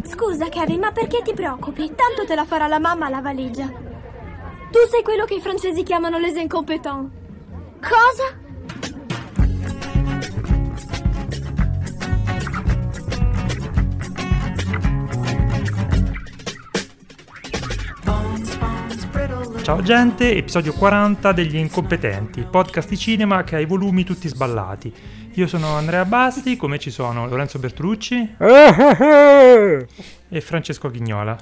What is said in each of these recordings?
Scusa, Kevin, ma perché ti preoccupi? Tanto te la farà la mamma la valigia. Tu sei quello che i francesi chiamano les incompetents. Cosa? Ciao gente, episodio 40 degli Incompetenti, podcast di cinema che ha i volumi tutti sballati. Io sono Andrea Basti, come ci sono Lorenzo Bertolucci e Francesco Chignola.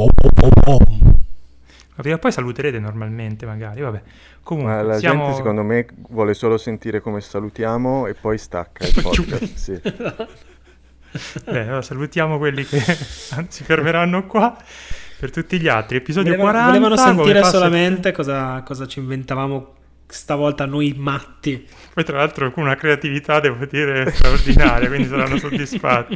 Prima poi saluterete normalmente magari, vabbè. Comunque, ma la gente secondo me vuole solo sentire come salutiamo e poi stacca il podcast, sì. Beh, allora salutiamo quelli che si fermeranno qua. Per tutti gli altri, episodio 40. Volevano sentire solamente cosa ci inventavamo stavolta noi matti. Poi tra l'altro con una creatività, devo dire, straordinaria, quindi saranno soddisfatti.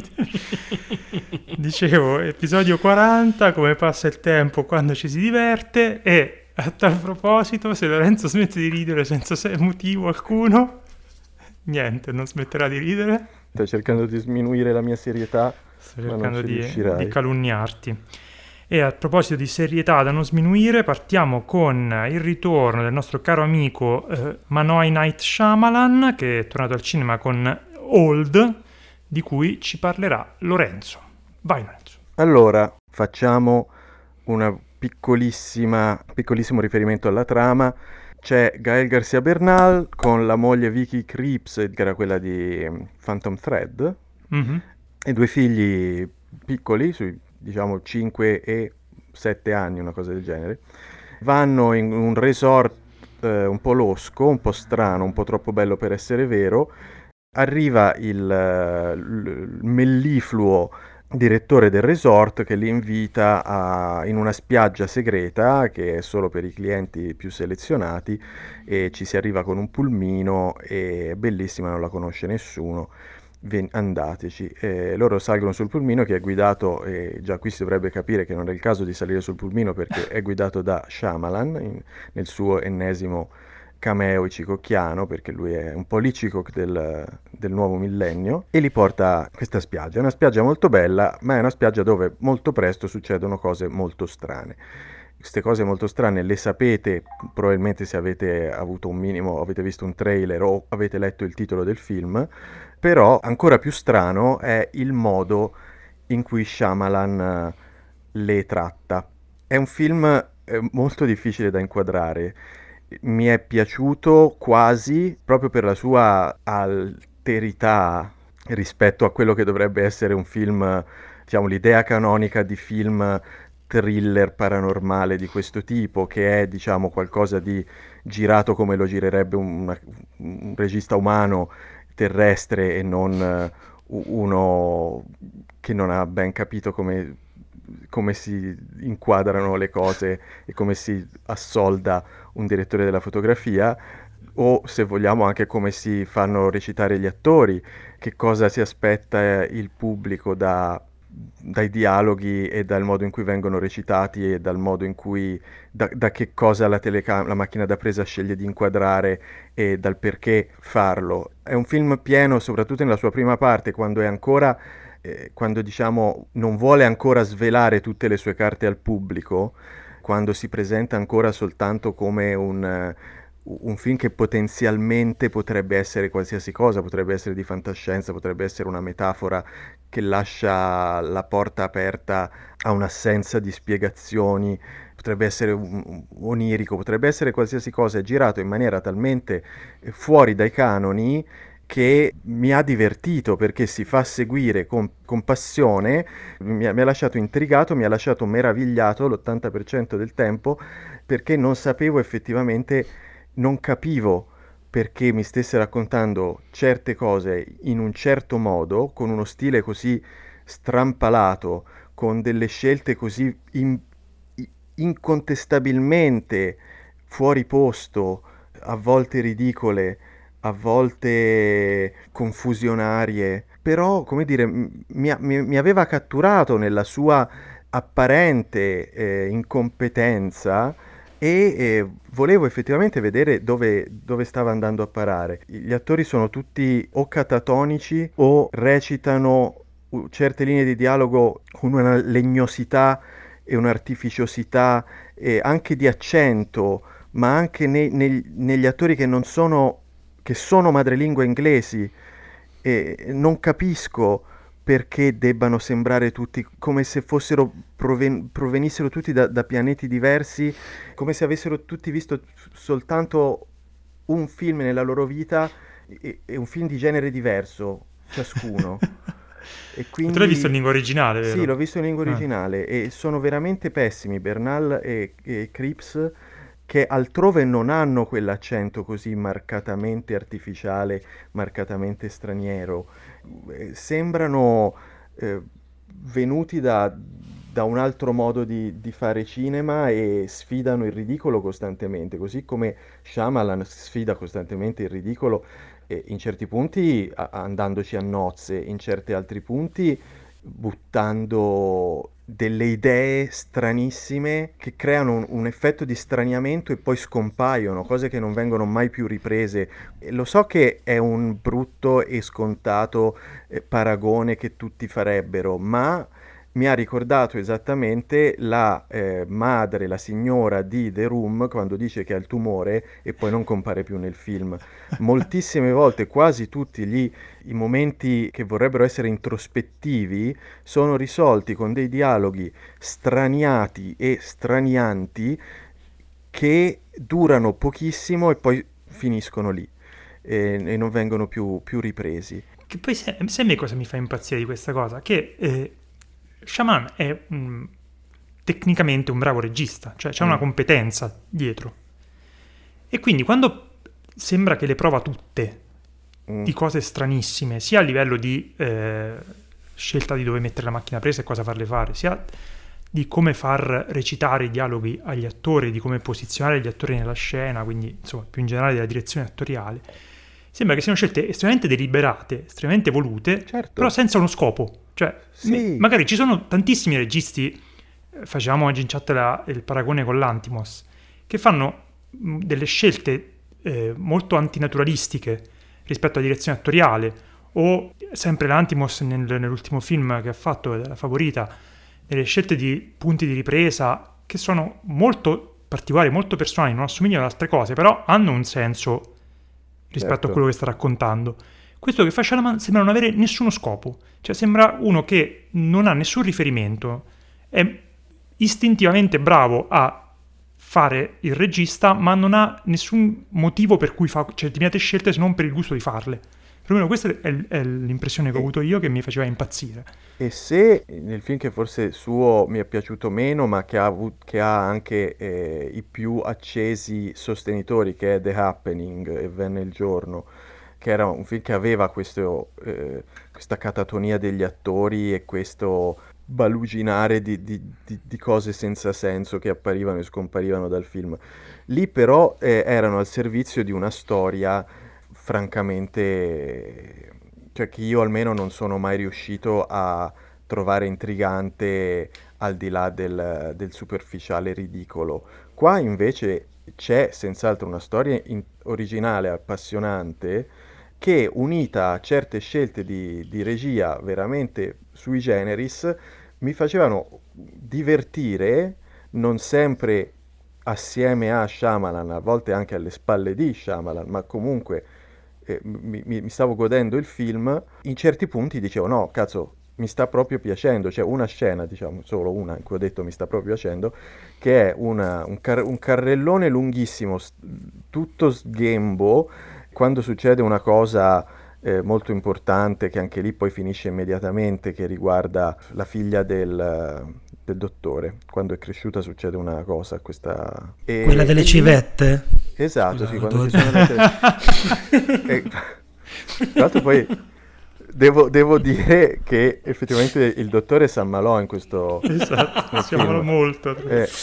Dicevo, episodio 40, come passa il tempo quando ci si diverte, e a tal proposito, se Lorenzo smette di ridere senza motivo alcuno, niente, non smetterà di ridere. Stai cercando di sminuire la mia serietà, sto cercando di calunniarti. E a proposito di serietà da non sminuire, partiamo con il ritorno del nostro caro amico Manoj Night Shyamalan, che è tornato al cinema con Old, di cui ci parlerà Lorenzo. Vai Lorenzo. Allora, facciamo una piccolissimo riferimento alla trama. C'è Gael García Bernal con la moglie Vicky Krieps, che era quella di Phantom Thread, e due figli piccoli, sui diciamo 5 e 7 anni, una cosa del genere. Vanno in un resort un po' losco, un po' strano, un po' troppo bello per essere vero. Arriva il mellifluo direttore del resort che li invita in una spiaggia segreta che è solo per i clienti più selezionati, e ci si arriva con un pulmino, è bellissima, non la conosce nessuno. Andateci. Loro salgono sul pulmino che è guidato, già qui si dovrebbe capire che non è il caso di salire sul pulmino perché è guidato da Shyamalan nel suo ennesimo cameo icicocchiano, perché lui è un po' l'Hitchcock del nuovo millennio, e li porta a questa spiaggia. È una spiaggia molto bella, ma è una spiaggia dove molto presto succedono cose molto strane. Queste cose molto strane le sapete probabilmente se avete avuto un minimo, avete visto un trailer o avete letto il titolo del film, però ancora più strano è il modo in cui Shyamalan le tratta. È un film molto difficile da inquadrare. Mi è piaciuto quasi proprio per la sua alterità rispetto a quello che dovrebbe essere un film, diciamo, l'idea canonica di film thriller paranormale di questo tipo, che è, diciamo, qualcosa di girato come lo girerebbe un regista umano terrestre e non uno che non ha ben capito come si inquadrano le cose e come si assolda un direttore della fotografia, o se vogliamo anche come si fanno recitare gli attori, che cosa si aspetta il pubblico dai dialoghi e dal modo in cui vengono recitati e dal modo in cui da che cosa la macchina da presa sceglie di inquadrare e dal perché farlo. È un film pieno, soprattutto nella sua prima parte, quando è ancora quando diciamo non vuole ancora svelare tutte le sue carte al pubblico, quando si presenta ancora soltanto come un film che potenzialmente potrebbe essere qualsiasi cosa, potrebbe essere di fantascienza, potrebbe essere una metafora che lascia la porta aperta a un'assenza di spiegazioni, potrebbe essere onirico, potrebbe essere qualsiasi cosa. È girato in maniera talmente fuori dai canoni che mi ha divertito, perché si fa seguire con passione, mi ha lasciato intrigato, mi ha lasciato meravigliato l'80% del tempo, perché non sapevo effettivamente, non capivo perché mi stesse raccontando certe cose in un certo modo, con uno stile così strampalato, con delle scelte così incontestabilmente fuori posto, a volte ridicole, a volte confusionarie, però, come dire, mi aveva catturato nella sua apparente incompetenza, e volevo effettivamente vedere dove stava andando a parare. Gli attori sono tutti o catatonici o recitano certe linee di dialogo con una legnosità e un'artificiosità anche di accento, ma anche negli attori che non sono, che sono madrelingua inglesi. Non capisco perché debbano sembrare tutti come se fossero provenissero tutti da pianeti diversi, come se avessero tutti visto soltanto un film nella loro vita e un film di genere diverso ciascuno. E quindi... Tu l'hai visto in lingua originale, vero? Sì, l'ho visto in lingua originale e sono veramente pessimi Bernal e Cripps, che altrove non hanno quell'accento così marcatamente artificiale, marcatamente straniero. Sembrano venuti da un altro modo di fare cinema e sfidano il ridicolo costantemente, così come Shyamalan sfida costantemente il ridicolo, in certi punti andandoci a nozze, in certi altri punti buttando delle idee stranissime che creano un effetto di straniamento e poi scompaiono, cose che non vengono mai più riprese. E lo so che è un brutto e scontato paragone che tutti farebbero, ma mi ha ricordato esattamente la madre, la signora di The Room, quando dice che ha il tumore e poi non compare più nel film. Moltissime volte, quasi tutti i momenti che vorrebbero essere introspettivi sono risolti con dei dialoghi straniati e stranianti che durano pochissimo e poi finiscono lì e non vengono più ripresi. Che poi sai me cosa mi fa impazzire di questa cosa? Che Shyamalan è tecnicamente un bravo regista, cioè c'è una competenza dietro. E quindi quando sembra che le prova tutte di cose stranissime, sia a livello di scelta di dove mettere la macchina presa e cosa farle fare, sia di come far recitare i dialoghi agli attori, di come posizionare gli attori nella scena, quindi insomma più in generale della direzione attoriale, sembra che siano scelte estremamente deliberate, estremamente volute, certo, però senza uno scopo. Cioè, sì, magari ci sono tantissimi registi, facevamo oggi in chat il paragone con l'Antimos, che fanno delle scelte molto antinaturalistiche rispetto alla direzione attoriale, o sempre l'Antimos nell'ultimo film che ha fatto, La Favorita, delle scelte di punti di ripresa che sono molto particolari, molto personali, non assomigliano ad altre cose, però hanno un senso rispetto a quello che sta raccontando. Questo che fa Shyamalan sembra non avere nessuno scopo, cioè sembra uno che non ha nessun riferimento, è istintivamente bravo a fare il regista, ma non ha nessun motivo per cui fa determinate scelte se non per il gusto di farle. Perlomeno questa è l'impressione che ho avuto io, che mi faceva impazzire. E se nel film che forse suo mi è piaciuto meno, ma che ha anche i più accesi sostenitori, che è The Happening e Venne il giorno, che era un film che aveva questa catatonia degli attori e questo baluginare di cose senza senso che apparivano e scomparivano dal film. Lì però erano al servizio di una storia francamente, cioè che io almeno non sono mai riuscito a trovare intrigante al di là del superficiale ridicolo. Qua invece c'è senz'altro una storia originale, appassionante, che unita a certe scelte di regia veramente sui generis mi facevano divertire, non sempre assieme a Shyamalan, a volte anche alle spalle di Shyamalan, ma comunque mi stavo godendo il film. In certi punti dicevo no, cazzo, mi sta proprio piacendo. C'è una scena, diciamo solo una, in cui ho detto mi sta proprio piacendo, che è un carrellone lunghissimo, tutto sghembo, quando succede una cosa molto importante, che anche lì poi finisce immediatamente, che riguarda la figlia del dottore. Quando è cresciuta succede una cosa, questa... Quella delle civette? Esatto, sì, quando ci sono le... Tra l'altro poi devo dire che effettivamente il dottore si ammalò in questo... Esatto, si ammalò molto.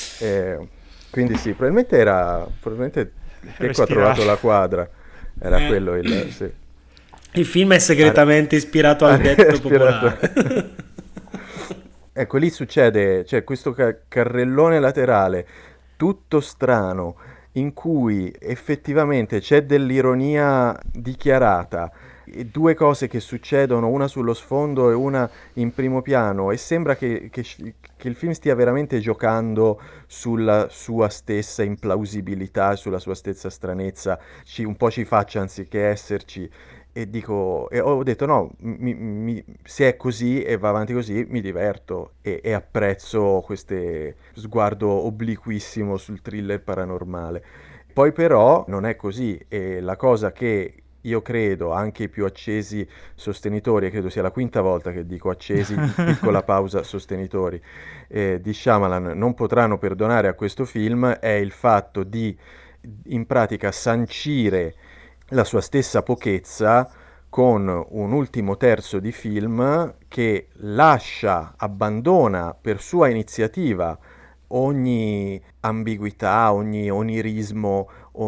Quindi sì, probabilmente Checco ha trovato la quadra. Era quello il... Sì. Il film è segretamente ispirato al detto popolare. Ecco, lì succede, c'è questo carrellone laterale, tutto strano, in cui effettivamente c'è dell'ironia dichiarata, due cose che succedono, una sullo sfondo e una in primo piano, e sembra che il film stia veramente giocando sulla sua stessa implausibilità, sulla sua stessa stranezza, un po' ci faccia anziché esserci. E ho detto no, se è così e va avanti così mi diverto e apprezzo questo sguardo obliquissimo sul thriller paranormale. Poi però non è così, e la cosa che io credo anche i più accesi sostenitori, e credo sia la quinta volta che dico accesi, piccola pausa, sostenitori, di Shyamalan non potranno perdonare a questo film è il fatto di in pratica sancire la sua stessa pochezza con un ultimo terzo di film che abbandona per sua iniziativa ogni ambiguità, ogni onirismo,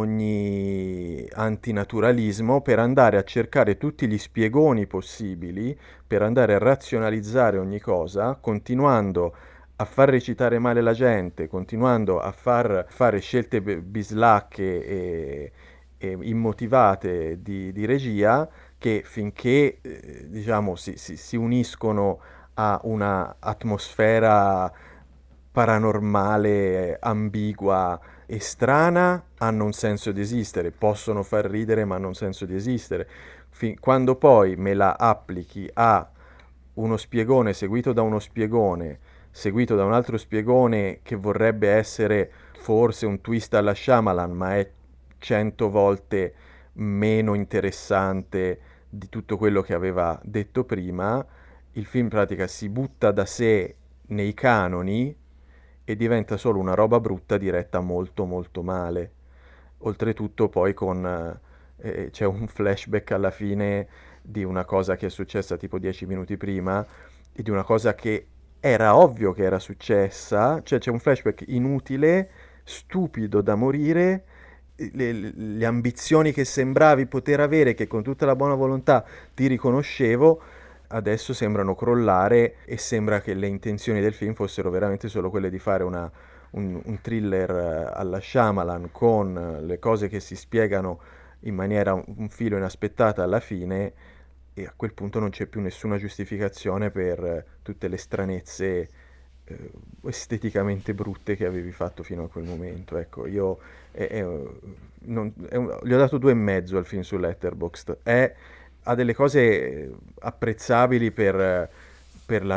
ogni antinaturalismo per andare a cercare tutti gli spiegoni possibili, per andare a razionalizzare ogni cosa, continuando a far recitare male la gente, continuando a far fare scelte bislacche e immotivate di regia, che finché diciamo si uniscono a una atmosfera paranormale, ambigua e strana, hanno un senso di esistere, possono far ridere ma hanno un senso di esistere. Quando poi me la applichi a uno spiegone seguito da uno spiegone, seguito da un altro spiegone che vorrebbe essere forse un twist alla Shyamalan, ma è 100 volte meno interessante di tutto quello che aveva detto prima, il film in pratica si butta da sé nei canoni e diventa solo una roba brutta diretta molto molto male. Oltretutto poi c'è un flashback alla fine di una cosa che è successa tipo 10 minuti prima e di una cosa che era ovvio che era successa, cioè c'è un flashback inutile, stupido da morire, le ambizioni che sembravi poter avere, che con tutta la buona volontà ti riconoscevo, adesso sembrano crollare e sembra che le intenzioni del film fossero veramente solo quelle di fare un thriller alla Shyamalan con le cose che si spiegano in maniera un filo inaspettata alla fine, e a quel punto non c'è più nessuna giustificazione per tutte le stranezze esteticamente brutte che avevi fatto fino a quel momento. Ecco, io gli ho dato 2,5 al film su Letterboxd. Ha delle cose apprezzabili per il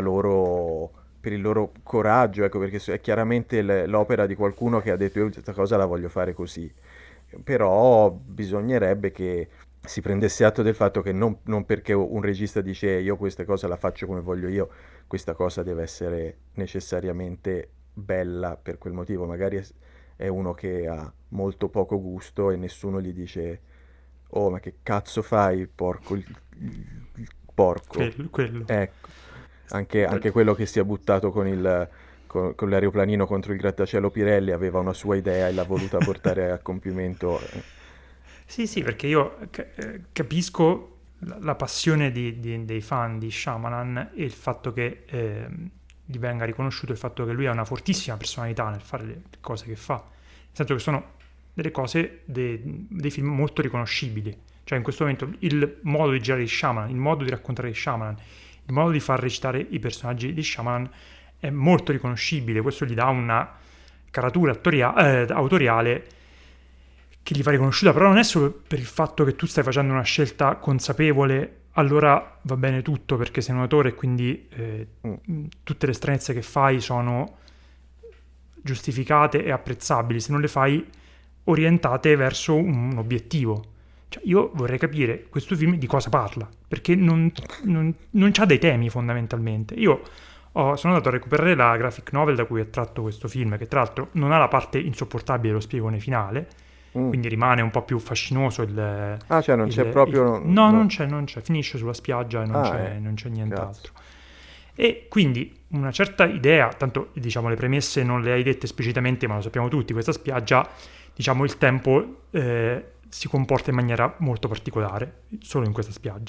loro coraggio, ecco, perché è chiaramente l'opera di qualcuno che ha detto io questa cosa la voglio fare così. Però bisognerebbe che si prendesse atto del fatto che non perché un regista dice io queste cose la faccio come voglio io, questa cosa deve essere necessariamente bella per quel motivo. Magari è uno che ha molto poco gusto e nessuno gli dice oh ma che cazzo fai porco, il porco. Quello. Ecco, anche quello che si è buttato con l'aeroplanino contro il grattacielo Pirelli aveva una sua idea e l'ha voluta portare a compimento. Sì, perché io capisco la passione dei fan di Shyamalan e il fatto che gli venga riconosciuto il fatto che lui ha una fortissima personalità nel fare le cose che fa, nel senso che sono delle cose, dei film molto riconoscibili. Cioè in questo momento il modo di girare di Shyamalan, il modo di raccontare di Shyamalan, il modo di far recitare i personaggi di Shyamalan è molto riconoscibile. Questo gli dà una caratura autoriale che gli va riconosciuta, però non è solo per il fatto che tu stai facendo una scelta consapevole, allora va bene tutto perché sei un autore e quindi tutte le stranezze che fai sono giustificate e apprezzabili, se non le fai orientate verso un obiettivo. Cioè, io vorrei capire questo film di cosa parla, perché non c'ha dei temi fondamentalmente. Io sono andato a recuperare la graphic novel da cui è tratto questo film, che tra l'altro non ha la parte insopportabile dello spiegone finale, quindi rimane un po' più fascinoso cioè non c'è proprio... No, non c'è, finisce sulla spiaggia e non c'è nient'altro. Grazie. E quindi una certa idea, tanto diciamo le premesse non le hai dette esplicitamente, ma lo sappiamo tutti, questa spiaggia, diciamo il tempo si comporta in maniera molto particolare, solo in questa spiaggia.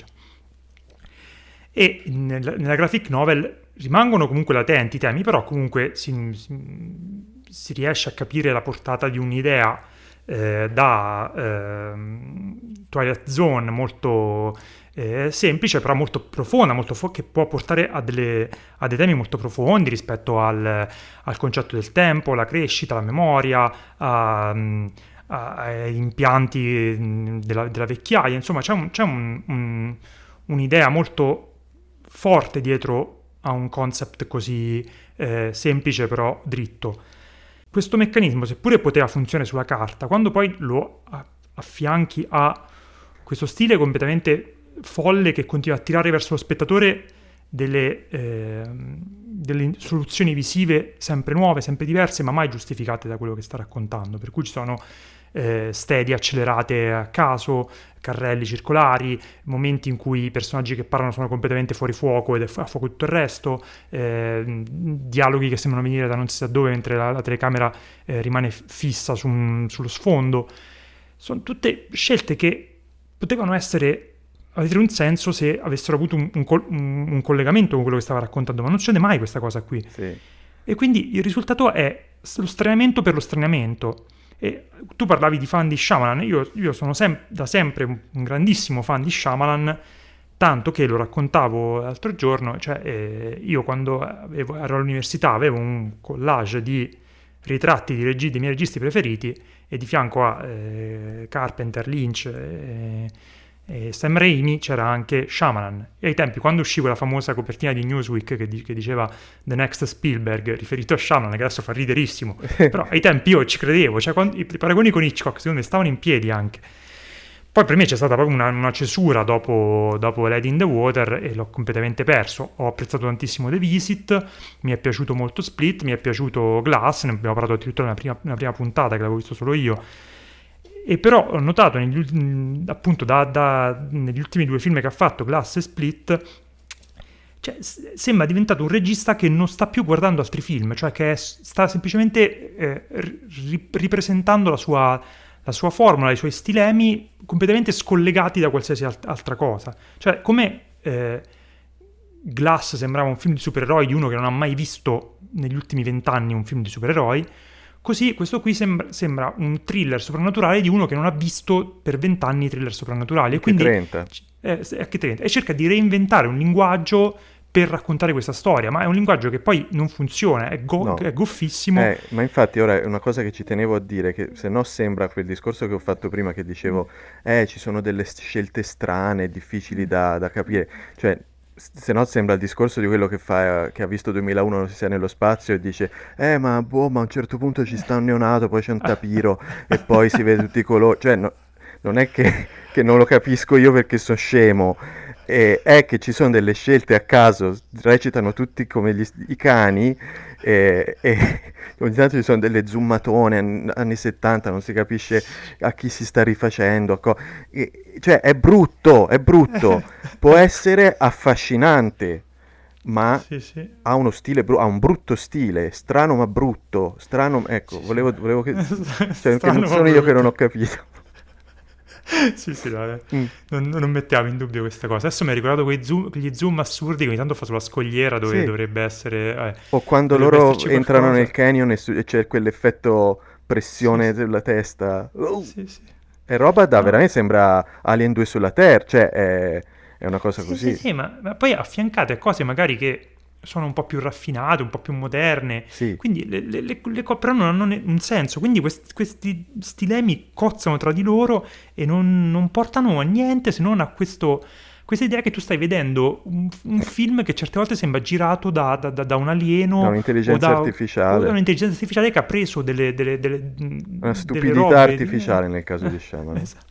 E nella graphic novel rimangono comunque latenti i temi, però comunque si riesce a capire la portata di un'idea da Twilight Zone molto semplice però molto profonda, che può portare a dei temi molto profondi rispetto al concetto del tempo, la crescita, la memoria, agli impianti della vecchiaia. Insomma, c'è un'idea molto forte dietro a un concept così semplice però dritto. Questo meccanismo, seppure poteva funzionare sulla carta, quando poi lo affianchi a questo stile completamente folle che continua a tirare verso lo spettatore delle soluzioni visive sempre nuove, sempre diverse, ma mai giustificate da quello che sta raccontando. Per cui ci sono steady accelerate a caso, carrelli circolari, momenti in cui i personaggi che parlano sono completamente fuori fuoco ed è a fuoco tutto il resto, dialoghi che sembrano venire da non si sa dove mentre la telecamera rimane fissa sullo sfondo. Sono tutte scelte che potevano avere un senso se avessero avuto un collegamento con quello che stava raccontando, ma non succede mai questa cosa qui. Sì. E quindi il risultato è lo straniamento per lo straniamento. E tu parlavi di fan di Shyamalan, io sono da sempre un grandissimo fan di Shyamalan, tanto che lo raccontavo l'altro giorno, cioè io quando ero all'università avevo un collage di ritratti dei miei registi preferiti, e di fianco a Carpenter, Lynch e Sam Raimi c'era anche Shyamalan. E ai tempi, quando uscì quella famosa copertina di Newsweek che diceva The Next Spielberg, riferito a Shyamalan, che adesso fa riderissimo, però ai tempi io ci credevo, cioè i paragoni con Hitchcock secondo me stavano in piedi anche. Poi per me c'è stata proprio una cesura dopo Lady in the Water e l'ho completamente perso. Ho apprezzato tantissimo The Visit, mi è piaciuto molto Split, mi è piaciuto Glass, ne abbiamo parlato addirittura nella prima puntata che l'avevo visto solo io. E però ho notato negli ultimi 2 film che ha fatto, Glass e Split, cioè, sembra diventato un regista che non sta più guardando altri film, cioè che sta semplicemente ripresentando la sua formula, i suoi stilemi completamente scollegati da qualsiasi altra cosa. Cioè, come Glass sembrava un film di supereroi di uno che non ha mai visto negli ultimi 20 anni un film di supereroi, così questo qui sembra un thriller soprannaturale di uno che non ha visto per 20 anni thriller soprannaturali. E quindi 30. E cerca di reinventare un linguaggio per raccontare questa storia, ma è un linguaggio che poi non funziona, è goffissimo. Ma infatti ora è una cosa che ci tenevo a dire, che se no sembra quel discorso che ho fatto prima, che dicevo ci sono delle scelte strane, difficili da capire, cioè se no sembra il discorso di quello che ha visto 2001 non si sia nello spazio e dice ma a un certo punto ci sta un neonato, poi c'è un tapiro e poi si vede tutti i colori, cioè non è che non lo capisco io perché sono scemo, è che ci sono delle scelte a caso, recitano tutti come i cani e ogni tanto ci sono delle zoomatone anni 70, non si capisce a chi si sta rifacendo, cioè è brutto, può essere affascinante, ma sì. ha uno stile ha un brutto stile, strano ma brutto, ecco, sì. volevo che cioè che non sono io che non ho capito. Sì, non mettiamo in dubbio questa cosa. Adesso mi ha ricordato quegli zoom assurdi che ogni tanto fa sulla scogliera dove dovrebbe essere o quando loro entrano nel canyon e c'è quell'effetto pressione della testa. Sì. E roba veramente sembra Alien 2 sulla Terra, cioè è una cosa così. Sì, ma poi affiancate a cose magari che sono un po' più raffinate, un po' più moderne, quindi le però non hanno un senso, quindi questi stilemi cozzano tra di loro e non portano a niente se non a questa idea che tu stai vedendo un film che certe volte sembra girato da un alieno, da un'intelligenza artificiale, o da un'intelligenza artificiale che ha preso una stupidità artificiale nel caso di Shyamalan. Esatto.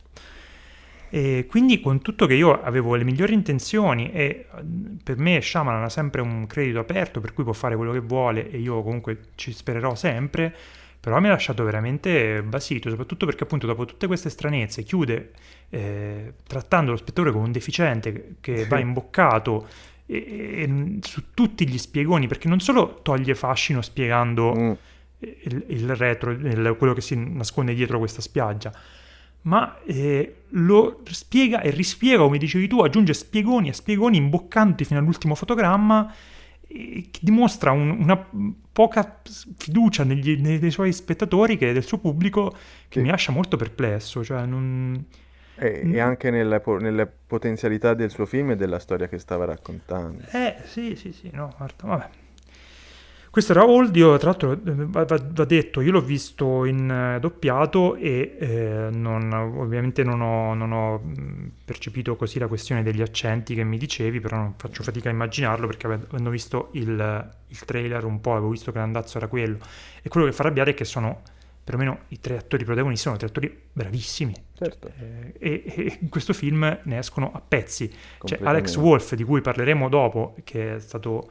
E quindi, con tutto che io avevo le migliori intenzioni e per me Shyamalan ha sempre un credito aperto per cui può fare quello che vuole e io comunque ci spererò sempre, però mi ha lasciato veramente basito, soprattutto perché appunto dopo tutte queste stranezze chiude trattando lo spettatore come un deficiente che va imboccato e su tutti gli spiegoni, perché non solo toglie fascino spiegando il retro, quello che si nasconde dietro questa spiaggia, ma lo spiega e rispiega, come dicevi tu, aggiunge spiegoni e spiegoni imboccandoti fino all'ultimo fotogramma, che dimostra una poca fiducia nei suoi spettatori, del suo pubblico, che mi lascia molto perplesso. Cioè E anche nelle potenzialità del suo film e della storia che stava raccontando. Sì, no, guarda, vabbè. Questo era Old, io tra l'altro va detto, io l'ho visto in doppiato e ovviamente non ho percepito così la questione degli accenti che mi dicevi, però non faccio fatica a immaginarlo perché avendo visto il trailer un po', avevo visto che l'andazzo era quello, e quello che fa arrabbiare è che sono, perlomeno i 3 attori protagonisti, sono 3 attori bravissimi. Certo. E in questo film ne escono a pezzi. C'è Alex Wolff, di cui parleremo dopo, che è stato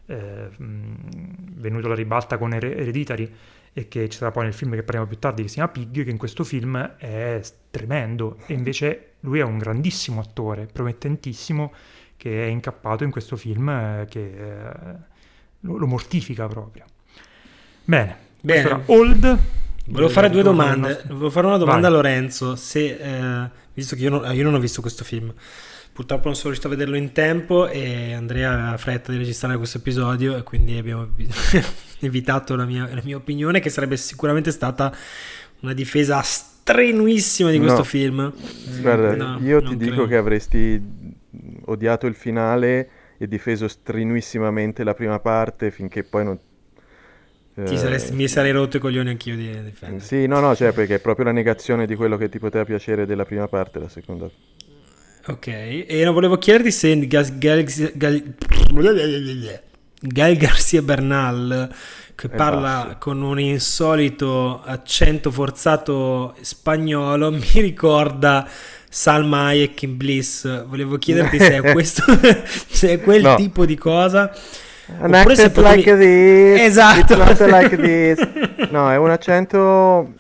venuto alla ribalta con Hereditary e che ci sarà poi nel film che parliamo più tardi, che si chiama Pig, che in questo film è tremendo, e invece lui è un grandissimo attore, promettentissimo, che è incappato in questo film che lo mortifica proprio. Bene. Era Old. Volevo fare 2 domande. Volevo fare una domanda a Lorenzo, visto che io non ho visto questo film. Purtroppo non sono riuscito a vederlo in tempo e Andrea aveva fretta di registrare questo episodio e quindi abbiamo evitato la mia opinione, che sarebbe sicuramente stata una difesa strenuissima di questo film. Guarda, io ti dico che avresti odiato il finale e difeso strenuissimamente la prima parte finché poi non... mi sarei rotto i coglioni anch'io di difendere. Sì, no, cioè perché è proprio la negazione di quello che ti poteva piacere della prima parte, la seconda. Ok, e non volevo chiederti se Gael Garcia Bernal, che parla con un insolito accento forzato spagnolo, mi ricorda Salma Hayek in Bliss. Volevo chiederti se è questo, se è quel tipo di cosa. An accent like this. Esatto. It's not like this. No, è un accento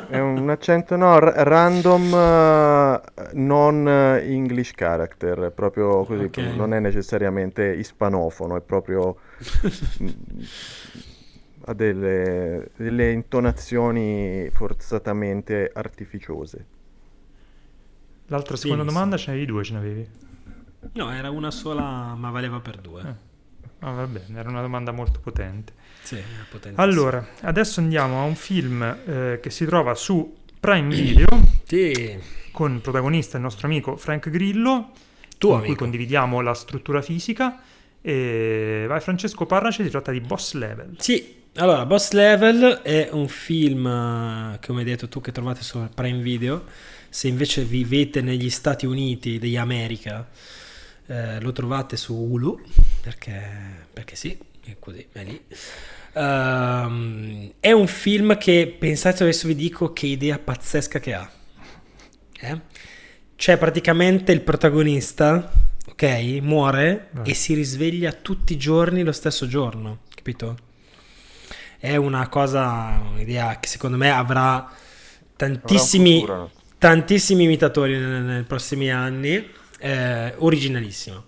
random, non English character, proprio così, okay. Non è necessariamente ispanofono, è proprio ha delle intonazioni forzatamente artificiose. L'altra seconda domanda ce n'avevi 2, ce n'avevi? No, era una sola, ma valeva per 2. Va bene, era una domanda molto potente. Sì, allora, adesso andiamo a un film che si trova su Prime Video, con il protagonista il nostro amico Frank Grillo, con cui condividiamo la struttura fisica. E vai Francesco, parlaci, si tratta di Boss Level. Sì, allora Boss Level è un film, come hai detto tu, che trovate su Prime Video. Se invece vivete negli Stati Uniti di America, lo trovate su Hulu, perché sì, è così, è lì. È un film che, pensate, adesso vi dico che idea pazzesca che ha. C'è praticamente il protagonista, ok, muore e si risveglia tutti i giorni lo stesso giorno, capito? È un'idea che secondo me avrà tantissimi imitatori nei prossimi anni. Originalissimo.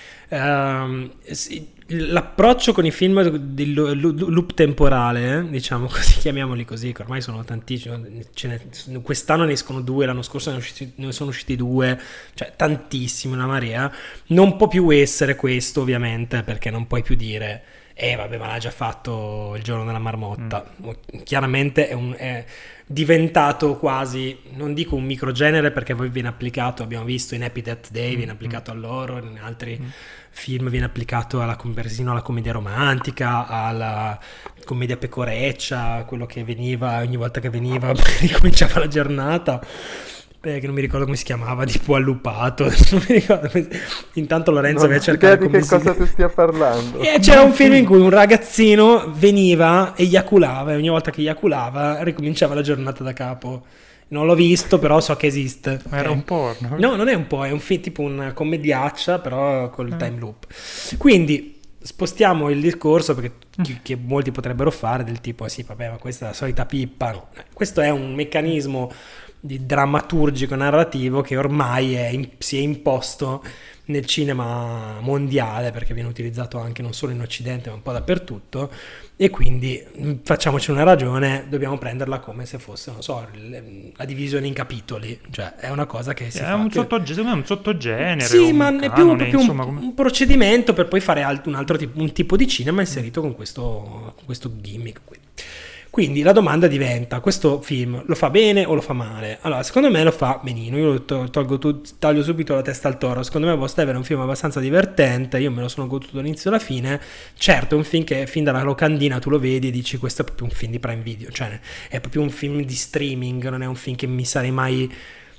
L'approccio con i film del loop temporale, diciamo così, chiamiamoli così, che ormai sono tantissimi, quest'anno ne escono 2, l'anno scorso ne sono usciti 2, cioè tantissimi, una marea. Non può più essere questo, ovviamente, perché non puoi più dire vabbè, ma l'ha già fatto Il giorno della marmotta. Chiaramente è diventato quasi, non dico un microgenere, perché poi viene applicato, abbiamo visto in Happy Death Day, viene applicato all'horror, in altri film viene applicato persino alla commedia romantica, alla commedia pecoreccia, quello che veniva ogni volta che veniva ricominciava la giornata, che non mi ricordo come si chiamava, tipo Allupato, non mi ricordo. Intanto Lorenzo aveva cercato di che cosa tu stia parlando. C'era un film in cui un ragazzino veniva, eiaculava, e ogni volta che eiaculava ricominciava la giornata da capo. Non l'ho visto, però so che esiste. Ma era un porno? No, non è un po', è un film tipo una commediaccia, però col time loop. Quindi spostiamo il discorso, perché che molti potrebbero fare del tipo sì, vabbè, ma questa è la solita pippa. No, questo è un meccanismo di drammaturgico narrativo che ormai si è imposto nel cinema mondiale, perché viene utilizzato anche non solo in Occidente ma un po' dappertutto, e quindi facciamoci una ragione, dobbiamo prenderla come se fosse, non so, la divisione in capitoli, cioè è una cosa che si fa, un sottogenere, sì, ma è più proprio un procedimento per poi fare un altro tipo, un tipo di cinema inserito con questo gimmick qui. Quindi la domanda diventa: questo film lo fa bene o lo fa male? Allora, secondo me lo fa benino. Io taglio subito la testa al toro. Secondo me Boss Level è un film abbastanza divertente, io me lo sono goduto dall'inizio alla fine. Certo, è un film che fin dalla locandina tu lo vedi e dici questo è proprio un film di Prime Video, cioè è proprio un film di streaming, non è un film che mi sarei mai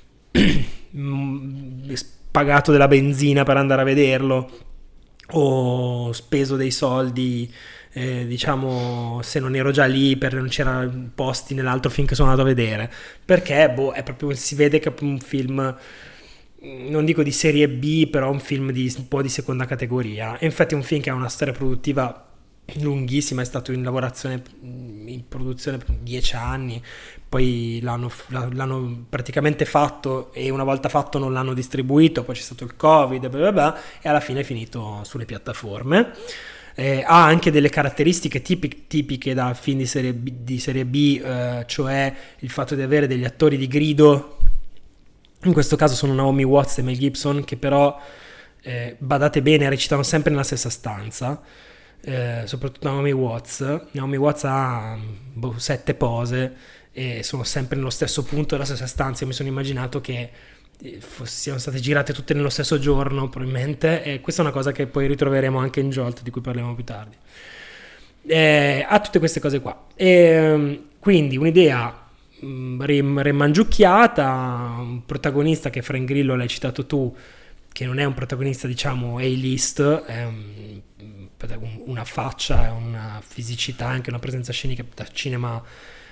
pagato della benzina per andare a vederlo o speso dei soldi, diciamo, se non ero già lì, non c'era posti nell'altro film che sono andato a vedere, perché è proprio, si vede che è un film, non dico di serie B, però un film un po' di seconda categoria. E infatti è un film che ha una storia produttiva lunghissima, è stato in produzione per 10 anni, poi l'hanno praticamente fatto, e una volta fatto non l'hanno distribuito, poi c'è stato il Covid, bla bla bla, e alla fine è finito sulle piattaforme. Ha anche delle caratteristiche tipiche da film di serie B, cioè il fatto di avere degli attori di grido. In questo caso sono Naomi Watts e Mel Gibson, che però, badate bene, recitano sempre nella stessa stanza. Soprattutto Naomi Watts ha 7 pose e sono sempre nello stesso punto della stessa stanza. Io mi sono immaginato che siano state girate tutte nello stesso giorno, probabilmente, e questa è una cosa che poi ritroveremo anche in Jolt, di cui parleremo più tardi. Ha tutte queste cose qua, quindi un'idea rimangiucchiata, un protagonista che Frank Grillo l'hai citato tu, che non è un protagonista diciamo A-list, è una faccia, una fisicità, anche una presenza scenica da cinema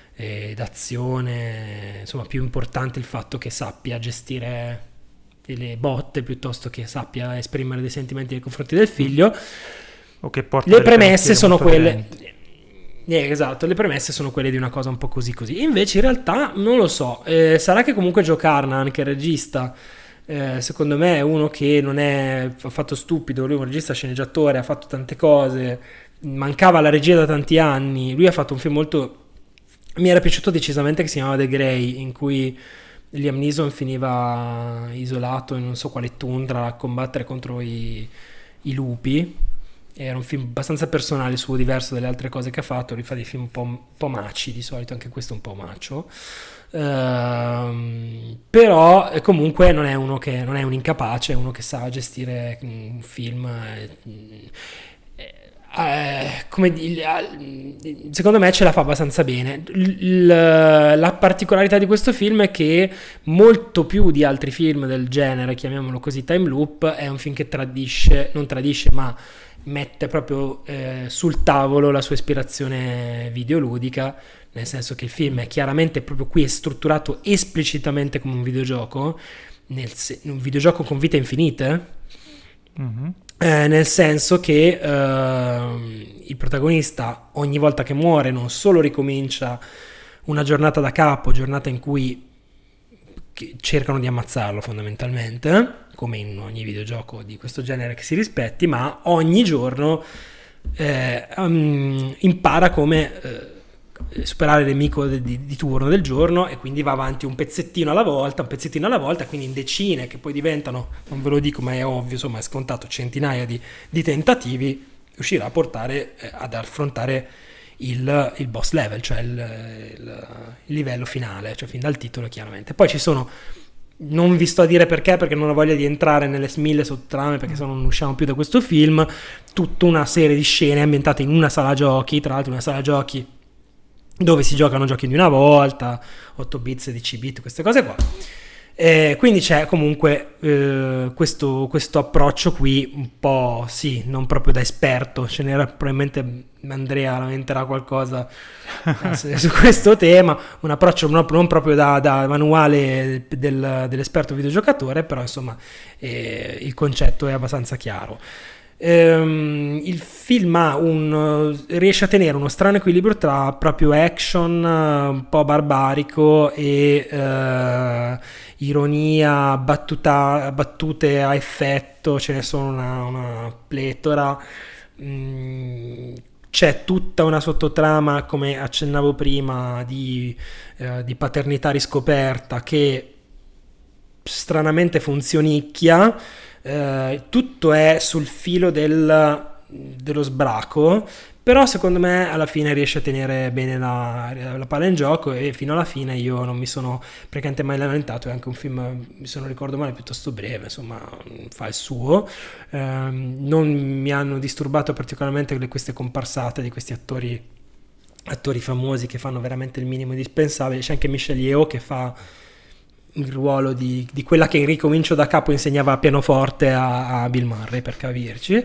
d'azione, insomma, più importante il fatto che sappia gestire le botte piuttosto che sappia esprimere dei sentimenti nei confronti del figlio. O che porta le premesse sono quelle esatto, le premesse sono quelle di una cosa un po' così. Invece in realtà non lo so, sarà che comunque Joe Carnahan, che è il regista, secondo me è uno che non è affatto stupido. Lui è un regista sceneggiatore, ha fatto tante cose, mancava la regia da tanti anni. Lui ha fatto un film molto, mi era piaciuto decisamente, che si chiamava The Grey, in cui Liam Neeson finiva isolato in non so quale tundra a combattere contro i lupi. Era un film abbastanza personale suo, diverso dalle altre cose che ha fatto. Lui fa dei film un po' maci di solito, anche questo è un po' macio, però comunque non è uno che non è un incapace, è uno che sa gestire un film, secondo me ce la fa abbastanza bene. La particolarità di questo film è che, molto più di altri film del genere, chiamiamolo così, time loop, è un film che non tradisce, ma mette proprio sul tavolo la sua ispirazione videoludica, nel senso che il film è chiaramente, proprio qui, è strutturato esplicitamente come un videogioco, un videogioco con vite infinite. Mm-hmm. Nel senso che il protagonista ogni volta che muore non solo ricomincia una giornata da capo, giornata in cui cercano di ammazzarlo fondamentalmente, come in ogni videogioco di questo genere che si rispetti, ma ogni giorno impara come superare il nemico di turno del giorno, e quindi va avanti un pezzettino alla volta, quindi in decine, che poi diventano, non ve lo dico ma è ovvio, insomma è scontato, centinaia di tentativi, riuscirà a portare ad affrontare il boss level, cioè il livello finale, cioè fin dal titolo chiaramente. Poi ci sono, non vi sto a dire perché non ho voglia di entrare nelle 1000 sottotrame, perché se no non usciamo più da questo film, tutta una serie di scene ambientate in una sala giochi, tra l'altro una sala giochi dove si giocano giochi di una volta, 8 bit, 16 bit, queste cose qua. Quindi c'è comunque questo approccio qui un po', sì, non proprio da esperto, ce n'era, probabilmente Andrea lamenterà qualcosa su questo tema, un approccio non proprio da manuale dell'esperto videogiocatore, però insomma il concetto è abbastanza chiaro. Il film riesce a tenere uno strano equilibrio tra proprio action un po' barbarico e ironia, battute a effetto, ce ne sono una pletora. C'è tutta una sottotrama, come accennavo prima, di paternità riscoperta che stranamente funzionicchia. Tutto è sul filo dello sbraco, Però secondo me alla fine riesce a tenere bene la palla in gioco, e fino alla fine io non mi sono praticamente mai lamentato. È anche un film, se non ricordo male, piuttosto breve, insomma, fa il suo. Non mi hanno disturbato particolarmente queste comparsate di questi attori famosi che fanno veramente il minimo indispensabile. C'è anche Michelle Yeoh che fa il ruolo di quella che ricomincio da capo insegnava pianoforte a Bill Murray, per capirci.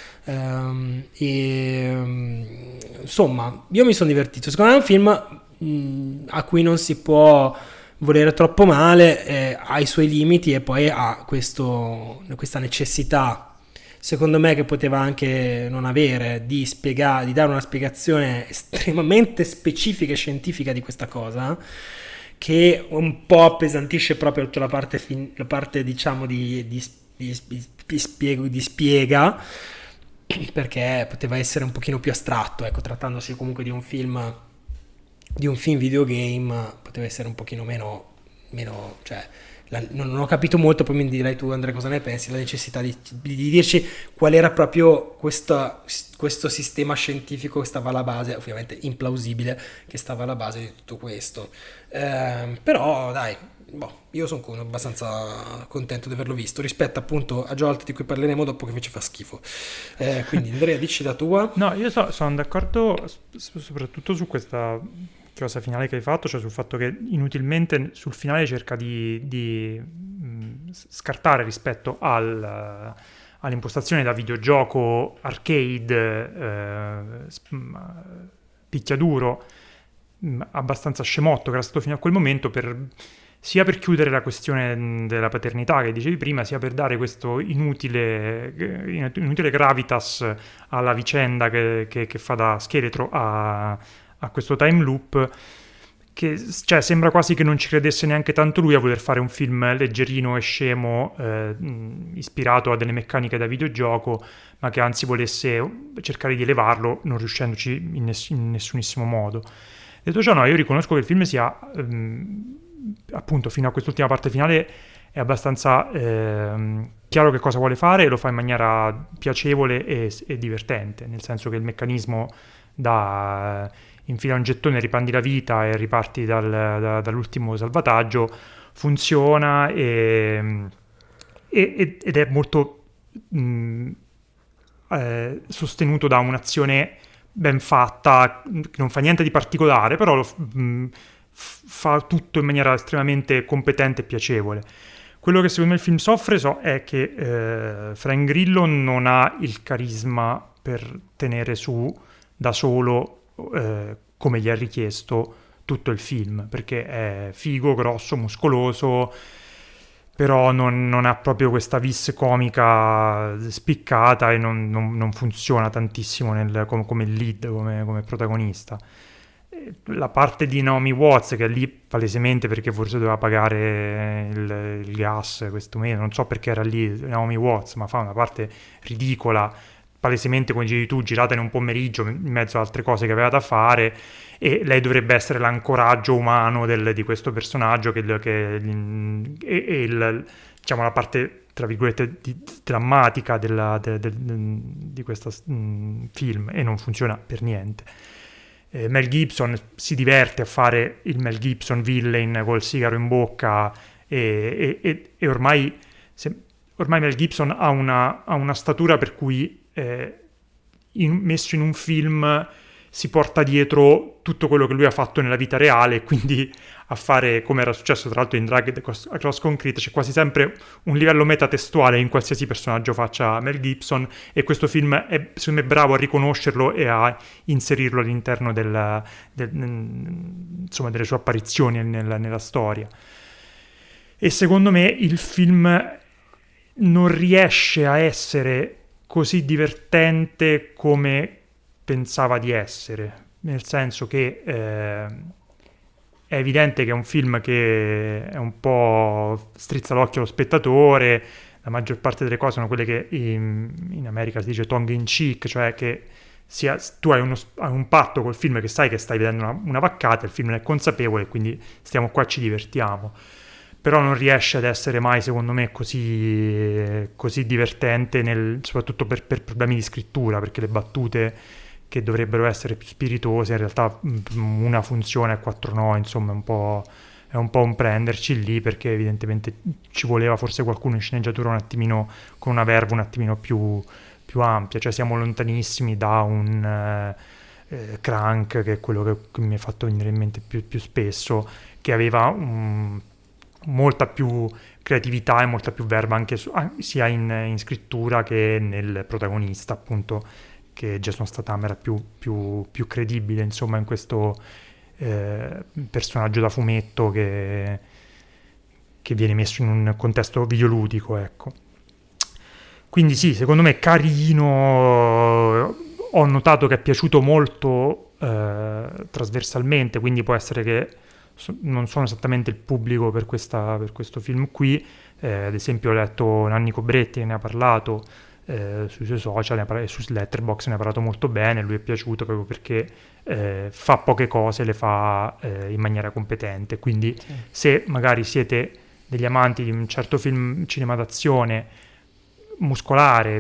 Insomma, io mi sono divertito. Secondo me è un film a cui non si può volere troppo male, ha i suoi limiti e poi ha questa necessità, secondo me, che poteva anche non avere, di dare una spiegazione estremamente specifica e scientifica di questa cosa, che un po' appesantisce proprio tutta la parte diciamo di spiega, perché poteva essere un pochino più astratto, ecco, trattandosi comunque di un film videogame, poteva essere un pochino meno cioè, non ho capito molto, poi mi dirai tu, Andrea, cosa ne pensi, la necessità di dirci qual era proprio questo sistema scientifico che stava alla base, ovviamente implausibile, che stava alla base di tutto questo. Però dai, io sono abbastanza contento di averlo visto, rispetto appunto a Jolt, di cui parleremo dopo, che invece fa schifo. Quindi Andrea, dici la tua. No, io sono d'accordo soprattutto su questa cosa finale che hai fatto, cioè sul fatto che inutilmente sul finale cerca di scartare rispetto all'impostazione da videogioco arcade picchiaduro abbastanza scemotto che era stato fino a quel momento, sia per chiudere la questione della paternità che dicevi prima, sia per dare questo inutile gravitas alla vicenda che fa da scheletro a questo time loop, che cioè, sembra quasi che non ci credesse neanche tanto lui a voler fare un film leggerino e scemo ispirato a delle meccaniche da videogioco, ma che anzi volesse cercare di elevarlo, non riuscendoci in nessunissimo modo. Detto ciò, no, io riconosco che il film sia appunto fino a quest'ultima parte finale è abbastanza chiaro che cosa vuole fare, e lo fa in maniera piacevole e divertente, nel senso che il meccanismo infila un gettone, ripandi la vita e riparti dall'ultimo salvataggio, funziona ed è molto sostenuto da un'azione ben fatta, che non fa niente di particolare, però fa tutto in maniera estremamente competente e piacevole. Quello che secondo me il film soffre è che Frank Grillo non ha il carisma per tenere su da solo come gli ha richiesto tutto il film, perché è figo, grosso, muscoloso, però non ha proprio questa vis comica spiccata e non funziona tantissimo come lead, come protagonista. La parte di Naomi Watts, che è lì palesemente perché forse doveva pagare il gas questo mese, non so perché era lì Naomi Watts, ma fa una parte ridicola, palesemente, come dicevi tu, girata in un pomeriggio in mezzo ad altre cose che aveva da fare, e lei dovrebbe essere l'ancoraggio umano di questo personaggio diciamo la parte tra virgolette drammatica di questo film, e non funziona per niente. Mel Gibson si diverte a fare il Mel Gibson villain col sigaro in bocca e ormai Mel Gibson ha una statura per cui messo in un film si porta dietro tutto quello che lui ha fatto nella vita reale, quindi a fare, come era successo tra l'altro in Drag Across Concrete, c'è quasi sempre un livello metatestuale in qualsiasi personaggio faccia Mel Gibson, e questo film è secondo me bravo a riconoscerlo e a inserirlo all'interno insomma, delle sue apparizioni nella storia. E secondo me il film non riesce a essere così divertente come pensava di essere, nel senso che è evidente che è un film che è un po' strizza l'occhio allo spettatore. La maggior parte delle cose sono quelle che in America si dice tongue in cheek, cioè che tu hai un patto col film, che sai che stai vedendo una vaccata, il film è consapevole, quindi stiamo qua, ci divertiamo. Però non riesce ad essere mai, secondo me, così divertente, soprattutto per problemi di scrittura, perché le battute che dovrebbero essere più spiritose, in realtà una funzione a 4 no, insomma è un po' un prenderci lì, perché evidentemente ci voleva forse qualcuno in sceneggiatura un attimino con una verve un attimino più ampia, cioè siamo lontanissimi da un Crank, che è quello che mi ha fatto venire in mente più spesso, che aveva molta più creatività e molta più verba anche sia in scrittura che nel protagonista, appunto, che Jason Statham era più credibile, insomma, in questo personaggio da fumetto che viene messo in un contesto videoludico, ecco. Quindi sì, secondo me carino, ho notato che è piaciuto molto trasversalmente, quindi può essere che non sono esattamente il pubblico per questo film qui. Ad esempio ho letto Nanni Cobretti che ne ha parlato sui suoi social e su Letterboxd ne ha parlato molto bene, lui è piaciuto proprio perché fa poche cose, le fa in maniera competente, quindi sì. Se magari siete degli amanti di un certo film cinema d'azione muscolare,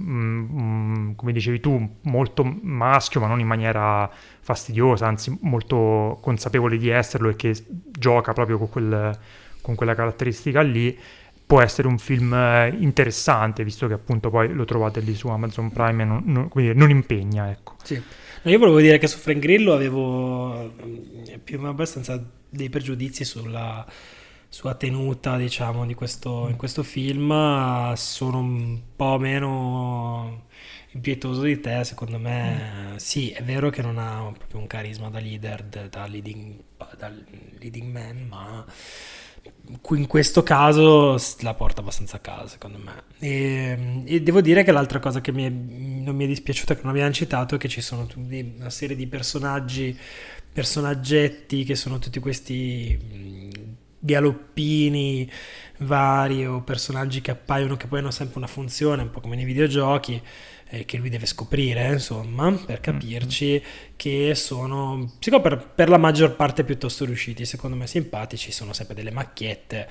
come dicevi tu, molto maschio ma non in maniera fastidiosa, anzi molto consapevole di esserlo e che gioca proprio con quella caratteristica lì, può essere un film interessante, visto che appunto poi lo trovate lì su Amazon Prime e non impegna, ecco. Sì. No, io volevo dire che su Frank Grillo avevo più o meno abbastanza dei pregiudizi sulla sua tenuta, diciamo, in questo film. Sono un po' meno impietoso di te, secondo me. Sì, è vero che non ha proprio un carisma da leader, da leading man, ma in questo caso la porta abbastanza a casa, secondo me. E devo dire che l'altra cosa che non mi è dispiaciuta, che non abbiamo citato, è che ci sono una serie di personaggetti che sono tutti questi galoppini vari o personaggi che appaiono, che poi hanno sempre una funzione, un po' come nei videogiochi, che lui deve scoprire, insomma, per capirci, che sono per la maggior parte piuttosto riusciti, secondo me simpatici. Sono sempre delle macchiette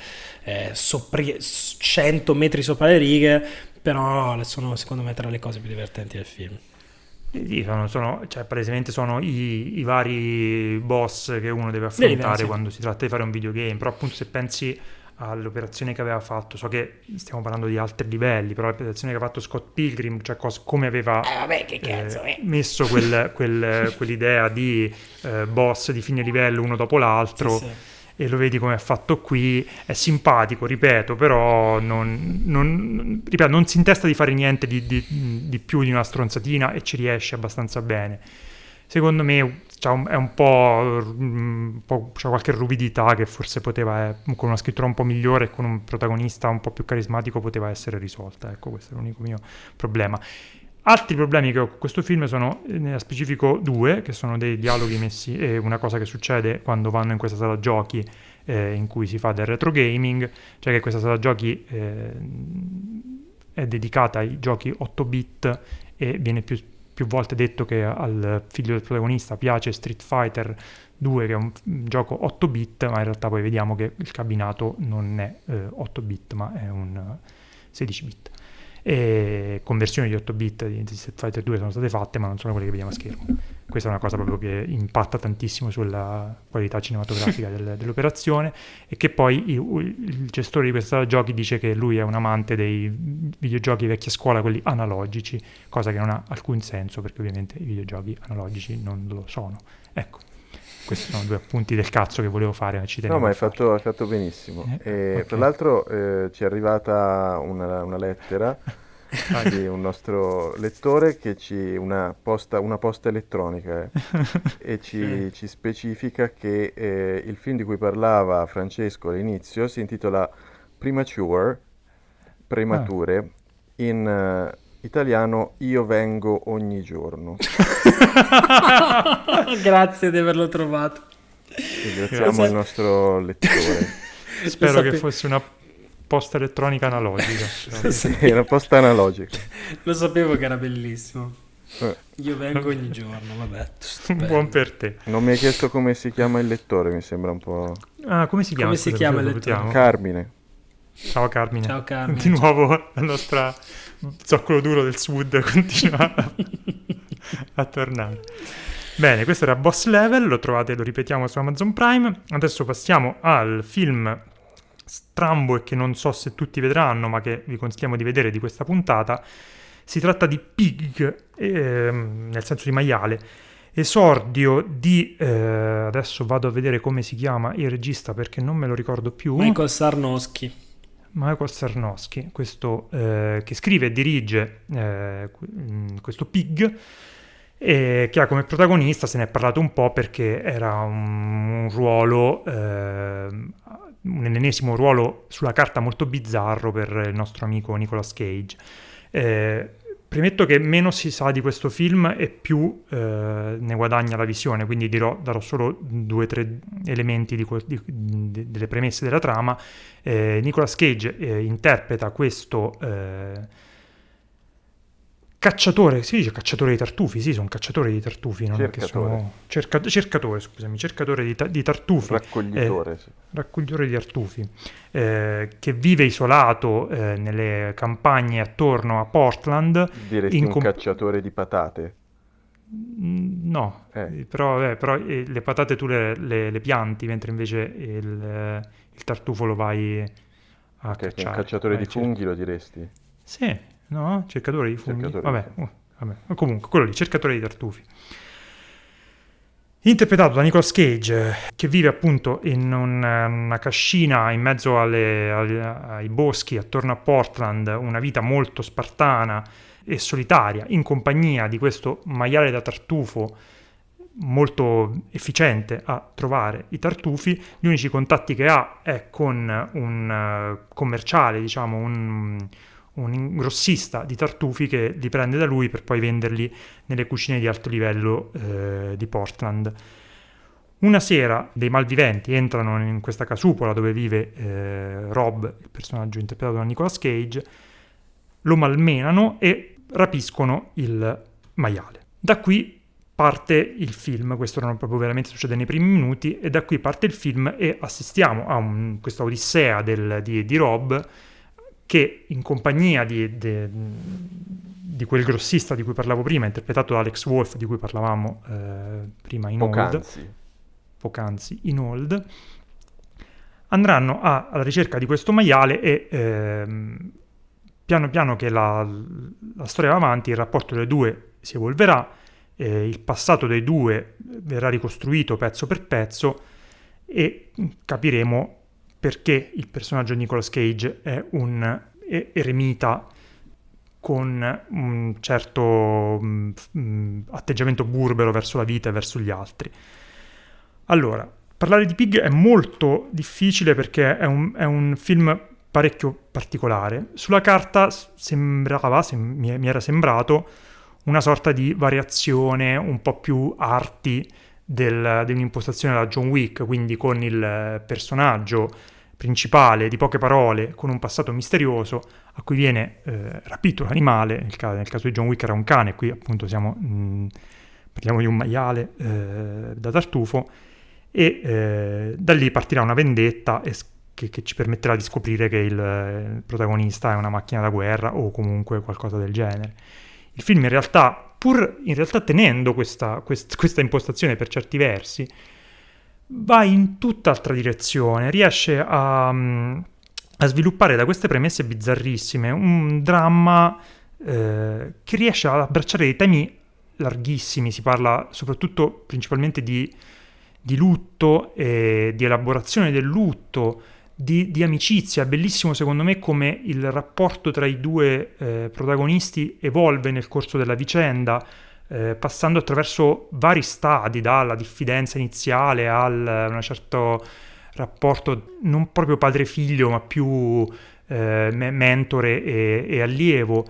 100 metri sopra le righe, però sono secondo me tra le cose più divertenti del film. Sì, cioè palesemente sono i vari boss che uno deve affrontare quando si tratta di fare un videogame, però appunto se pensi all'operazione che aveva fatto, so che stiamo parlando di altri livelli, però l'operazione che ha fatto Scott Pilgrim, cioè come aveva messo quell'idea di boss di fine livello uno dopo l'altro, sì. E lo vedi come è fatto qui, è simpatico, ripeto, però non si intesta di fare niente di più di una stronzatina e ci riesce abbastanza bene. Secondo me è un po' c'ha qualche ruvidità che forse poteva, con una scrittura un po' migliore e con un protagonista un po' più carismatico, poteva essere risolta. Ecco, questo è l'unico mio problema. Altri problemi che ho con questo film sono, nello specifico, due, che sono dei dialoghi messi e una cosa che succede quando vanno in questa sala giochi in cui si fa del retro gaming, cioè che questa sala giochi è dedicata ai giochi 8 bit e viene più volte detto che al figlio del protagonista piace Street Fighter 2, che è un gioco 8 bit, ma in realtà poi vediamo che il cabinato non è 8 bit ma è un 16 bit. E conversioni di 8 bit di Street Fighter 2 sono state fatte, ma non sono quelle che vediamo a schermo. Questa è una cosa proprio che impatta tantissimo sulla qualità cinematografica dell'operazione, e che poi il gestore di questa sala giochi dice che lui è un amante dei videogiochi vecchia scuola, quelli analogici, cosa che non ha alcun senso, perché ovviamente i videogiochi analogici non lo sono. Ecco, questi sono due appunti del cazzo che volevo fare. No, ma hai fatto benissimo. Okay. Tra l'altro ci è arrivata una lettera di un nostro lettore che una posta elettronica e ci specifica che il film di cui parlava Francesco all'inizio si intitola Premature, in italiano Io vengo ogni giorno. Grazie di averlo trovato. Ringraziamo il nostro lettore. Spero che fosse una posta elettronica analogica. Sì, una posta analogica. Lo sapevo che era bellissimo. Io vengo ogni giorno, vabbè. Buon per te. Non mi hai chiesto come si chiama il lettore, mi sembra un po'... Ah, come si chiama? Come si chiama il lettore? Carmine. Ciao Carmine. Ciao Carmine. Di nuovo la nostra zoccolo duro del sud continua a tornare. Bene, questo era Boss Level, lo trovate, lo ripetiamo su Amazon Prime. Adesso passiamo al film strambo e che non so se tutti vedranno, ma che vi consigliamo di vedere di questa puntata. Si tratta di Pig, nel senso di maiale, esordio di... adesso vado a vedere come si chiama il regista perché non me lo ricordo più. Michael Sarnowski, questo che scrive e dirige questo Pig, che ha come protagonista, se ne è parlato un po' perché era un ruolo, un ennesimo ruolo sulla carta molto bizzarro per il nostro amico Nicolas Cage. Premetto che meno si sa di questo film e più ne guadagna la visione, quindi darò solo 2 o 3 elementi delle premesse della trama. Nicolas Cage interpreta questo cacciatore, si dice cacciatore di tartufi? Sì, sono cacciatori di tartufi, non cercatore. È che sono cercatore di tartufi. Raccoglitore, sì. Raccoglitore di tartufi, che vive isolato nelle campagne attorno a Portland. Diresti un cacciatore di patate? No, però le patate tu le pianti, mentre invece il tartufo lo vai a cacciare. Un cacciatore di funghi lo diresti? Sì. No? Cercatore di funghi? Vabbè. Comunque, quello lì, cercatore di tartufi. Interpretato da Nicolas Cage, che vive appunto in una cascina in mezzo ai boschi attorno a Portland, una vita molto spartana e solitaria, in compagnia di questo maiale da tartufo molto efficiente a trovare i tartufi. Gli unici contatti che ha è con un commerciale, diciamo, un grossista di tartufi che li prende da lui per poi venderli nelle cucine di alto livello di Portland. Una sera dei malviventi entrano in questa casupola dove vive Rob, il personaggio interpretato da Nicolas Cage, lo malmenano e rapiscono il maiale. Da qui parte il film, questo non proprio veramente succede nei primi minuti, e da qui parte il film e assistiamo a questa odissea di Rob, che in compagnia di quel grossista di cui parlavo prima, interpretato da Alex Wolff, di cui parlavamo prima in poc'anzi in Old, andranno alla ricerca di questo maiale e piano piano che la storia va avanti, il rapporto dei due si evolverà, il passato dei due verrà ricostruito pezzo per pezzo e capiremo perché il personaggio di Nicolas Cage è un eremita con un certo atteggiamento burbero verso la vita e verso gli altri. Allora, parlare di Pig è molto difficile perché è un film parecchio particolare. Sulla carta mi era sembrato una sorta di variazione un po' più arty di un'impostazione da John Wick, quindi con il personaggio principale di poche parole, con un passato misterioso, a cui viene rapito un animale. Nel caso di John Wick era un cane, qui appunto parliamo di un maiale da tartufo, e da lì partirà una vendetta che ci permetterà di scoprire che il protagonista è una macchina da guerra o comunque qualcosa del genere. Il film in realtà, pur tenendo questa impostazione per certi versi, va in tutt'altra direzione, riesce a sviluppare da queste premesse bizzarrissime un dramma che riesce ad abbracciare dei temi larghissimi. Si parla soprattutto principalmente di lutto e di elaborazione del lutto, di amicizia. È bellissimo secondo me come il rapporto tra i due protagonisti evolve nel corso della vicenda, passando attraverso vari stadi, dalla diffidenza iniziale un certo rapporto non proprio padre-figlio ma più mentore e allievo,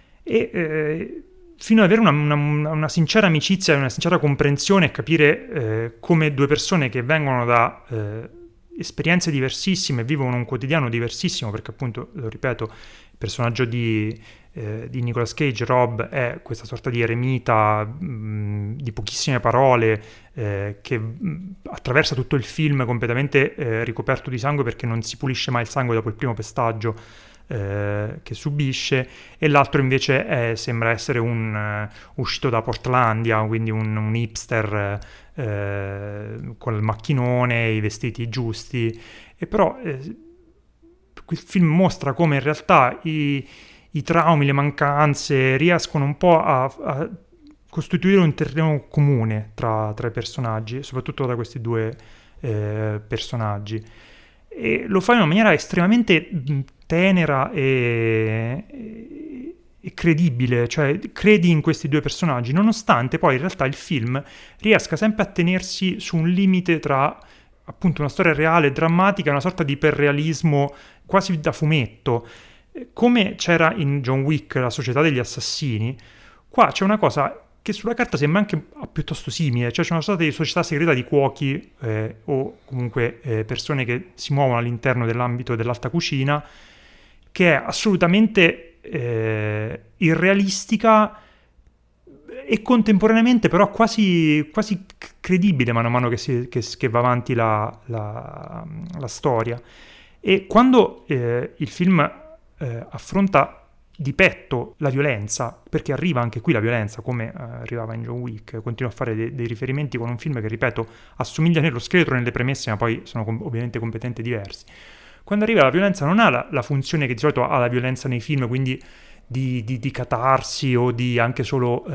e fino ad avere una sincera amicizia e una sincera comprensione, e capire come due persone che vengono da esperienze diversissime vivono un quotidiano diversissimo, perché appunto, lo ripeto, il personaggio di di Nicolas Cage. Rob è questa sorta di eremita di pochissime parole che attraversa tutto il film completamente ricoperto di sangue, perché non si pulisce mai il sangue dopo il primo pestaggio che subisce, e l'altro invece sembra essere un uscito da Portlandia, quindi un hipster con il macchinone, i vestiti giusti, e però il film mostra come in realtà i traumi, le mancanze riescono un po' a costituire un terreno comune tra i personaggi, soprattutto tra questi due personaggi, e lo fa in una maniera estremamente tenera e credibile, cioè credi in questi due personaggi, nonostante poi in realtà il film riesca sempre a tenersi su un limite tra appunto una storia reale e drammatica, una sorta di iperrealismo quasi da fumetto. Come c'era in John Wick, la società degli assassini, qua c'è una cosa che sulla carta sembra anche piuttosto simile, cioè c'è una sorta di società segreta di cuochi o comunque persone che si muovono all'interno dell'ambito dell'alta cucina, che è assolutamente irrealistica e contemporaneamente però quasi credibile man mano che va avanti la storia. E quando il film affronta di petto la violenza, perché arriva anche qui la violenza come arrivava in John Wick, continua a fare dei riferimenti con un film che, ripeto, assomiglia nello scheletro, nelle premesse, ma poi sono ovviamente completamente diversi. Quando arriva la violenza non ha la funzione che di solito ha la violenza nei film, quindi di catarsi o di anche solo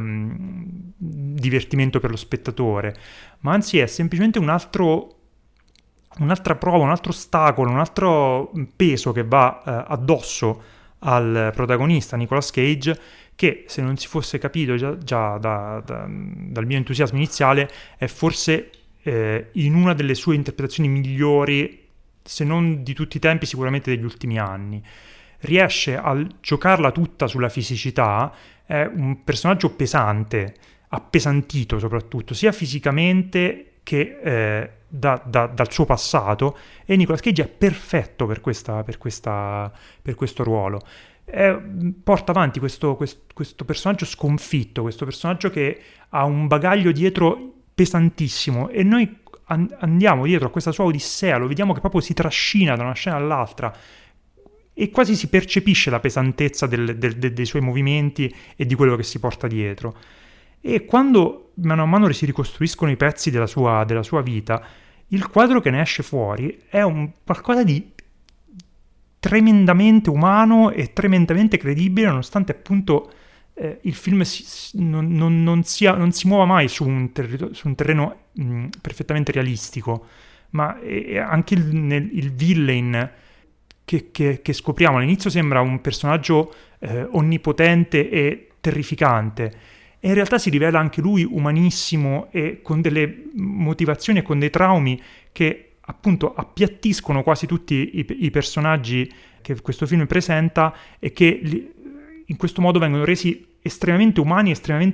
divertimento per lo spettatore, ma anzi è semplicemente un'altra prova, un altro ostacolo, un altro peso che va addosso al protagonista Nicolas Cage, che, se non si fosse capito già dal mio entusiasmo iniziale, è forse in una delle sue interpretazioni migliori, se non di tutti i tempi, sicuramente degli ultimi anni. Riesce a giocarla tutta sulla fisicità, è un personaggio pesante, appesantito soprattutto, sia fisicamente che dal suo passato, e Nicolas Cage è perfetto per questo ruolo. Porta avanti questo personaggio sconfitto, questo personaggio che ha un bagaglio dietro pesantissimo, e noi andiamo dietro a questa sua odissea, lo vediamo che proprio si trascina da una scena all'altra e quasi si percepisce la pesantezza dei suoi movimenti e di quello che si porta dietro. E quando mano a mano si ricostruiscono i pezzi della sua vita, il quadro che ne esce fuori è qualcosa di tremendamente umano e tremendamente credibile, nonostante appunto il film non si muova mai su un terreno perfettamente realistico, ma anche il villain che scopriamo all'inizio sembra un personaggio onnipotente e terrificante, e in realtà si rivela anche lui umanissimo e con delle motivazioni e con dei traumi che appunto appiattiscono quasi tutti i personaggi che questo film presenta, e che in questo modo vengono resi estremamente umani,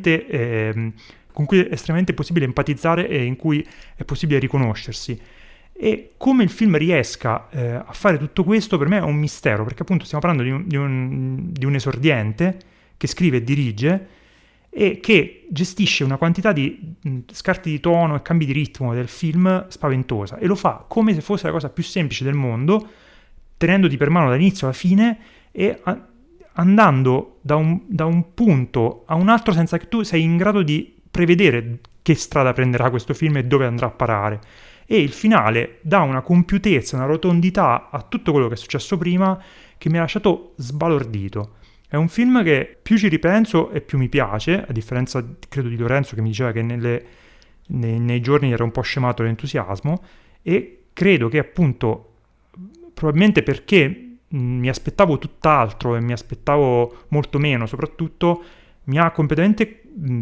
con cui è estremamente possibile empatizzare e in cui è possibile riconoscersi. E come il film riesca a fare tutto questo per me è un mistero, perché appunto stiamo parlando di un esordiente che scrive e dirige e che gestisce una quantità di scarti di tono e cambi di ritmo del film spaventosa, e lo fa come se fosse la cosa più semplice del mondo, tenendoti per mano dall'inizio alla fine e andando da un punto a un altro senza che tu sei in grado di prevedere che strada prenderà questo film e dove andrà a parare. E il finale dà una compiutezza, una rotondità a tutto quello che è successo prima, che mi ha lasciato sbalordito. È un film che più ci ripenso e più mi piace, a differenza, credo, di Lorenzo, che mi diceva che nei giorni era un po' scemato l'entusiasmo, e credo che appunto, probabilmente perché mi aspettavo tutt'altro e mi aspettavo molto meno, soprattutto, mi ha completamente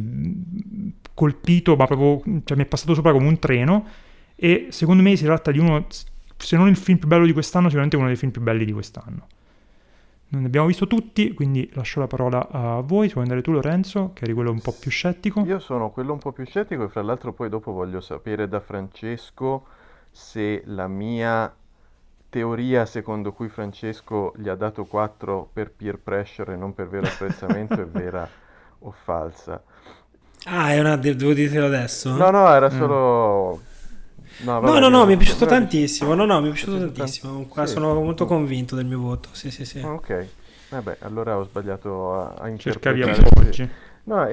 colpito, ma proprio, cioè, mi è passato sopra come un treno, e secondo me si tratta di uno, se non il film più bello di quest'anno, sicuramente uno dei film più belli di quest'anno. Non ne abbiamo visto tutti, quindi lascio la parola a voi. Se vuoi andare tu, Lorenzo, che eri quello un po' più scettico. Io sono quello un po' più scettico, e fra l'altro poi dopo voglio sapere da Francesco se la mia teoria secondo cui Francesco gli ha dato 4 per peer pressure e non per vero apprezzamento è vera o falsa? Ah, devo dirtelo adesso? No, era solo... No, vabbè, No, mi è piaciuto però tantissimo. No, mi è piaciuto piaciuto tantissimo. sì. Sono molto convinto del mio voto. Sì. Ok, vabbè, allora ho sbagliato a Cercavi interpretare. appoggi. No,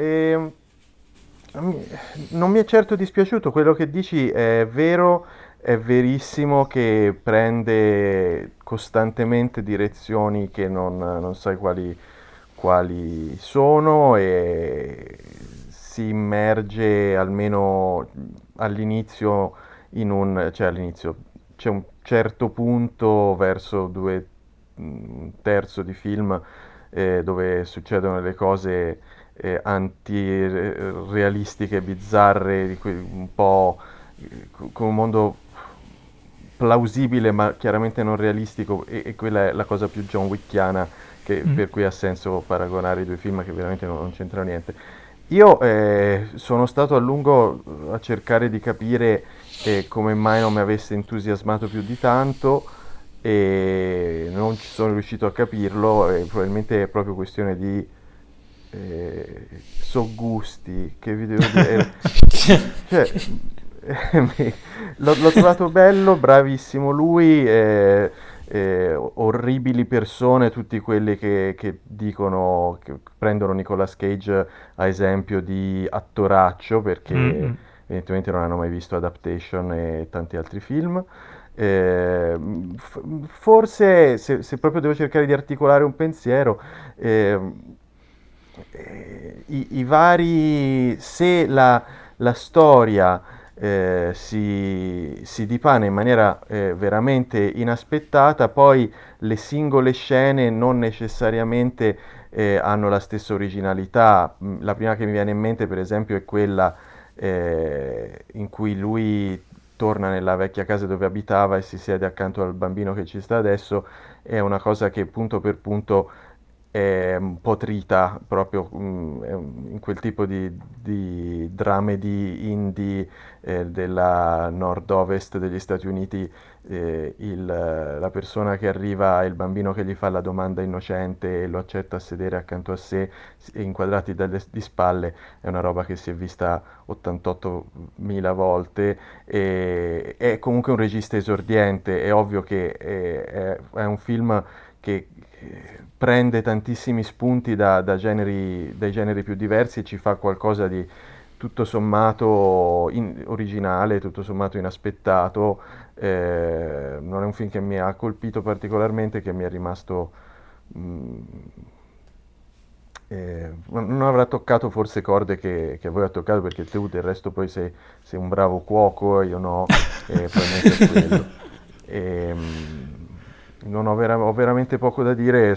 non mi è certo dispiaciuto, quello che dici è vero, è verissimo che prende costantemente direzioni che non sai quali sono e si immerge almeno all'inizio cioè all'inizio c'è un certo punto verso un terzo di film dove succedono delle cose antirealistiche, bizzarre, un po' con un mondo plausibile ma chiaramente non realistico e quella è la cosa più John Wickiana per cui ha senso paragonare i due film che veramente non c'entrano niente. Io sono stato a lungo a cercare di capire come mai non mi avesse entusiasmato più di tanto e non ci sono riuscito a capirlo e probabilmente è proprio questione di soggusti, che vi devo dire. Cioè, l'ho trovato bello, bravissimo lui, orribili persone, tutti quelli che dicono, che prendono Nicolas Cage a esempio di attoraccio, perché evidentemente non hanno mai visto Adaptation e tanti altri film. Forse, se proprio devo cercare di articolare un pensiero, i vari, se la storia si dipana in maniera veramente inaspettata, poi le singole scene non necessariamente hanno la stessa originalità. La prima che mi viene in mente, per esempio, è quella in cui lui torna nella vecchia casa dove abitava e si siede accanto al bambino che ci sta adesso. È una cosa che punto per punto è un po' trita proprio in quel tipo di dramedy indie della nord-ovest degli Stati Uniti. La persona che arriva e il bambino che gli fa la domanda innocente e lo accetta a sedere accanto a sé, inquadrati di spalle, è una roba che si è vista 88.000 volte. È comunque un regista esordiente, è ovvio che è un film che prende tantissimi spunti dai generi più diversi e ci fa qualcosa di tutto sommato originale, tutto sommato inaspettato. Non è un film che mi ha colpito particolarmente, che mi è rimasto... non avrà toccato forse corde che a voi ha toccato, perché tu del resto poi sei un bravo cuoco, io no, probabilmente è quello. Non ho veramente poco da dire,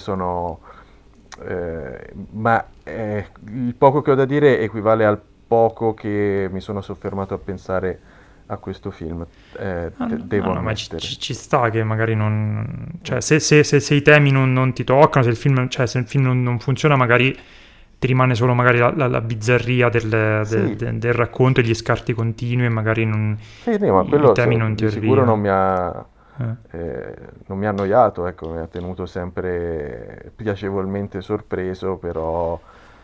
ma il poco che ho da dire equivale al poco che mi sono soffermato a pensare a questo film. Devo ma ammettere. ci sta che magari non... Cioè, se i temi non ti toccano, se il film non funziona, magari ti rimane solo magari la bizzarria del racconto e gli scarti continui e magari non, sì, ma quello i temi non ti sicuro arrivano. non mi ha annoiato, ecco, mi ha tenuto sempre piacevolmente sorpreso, però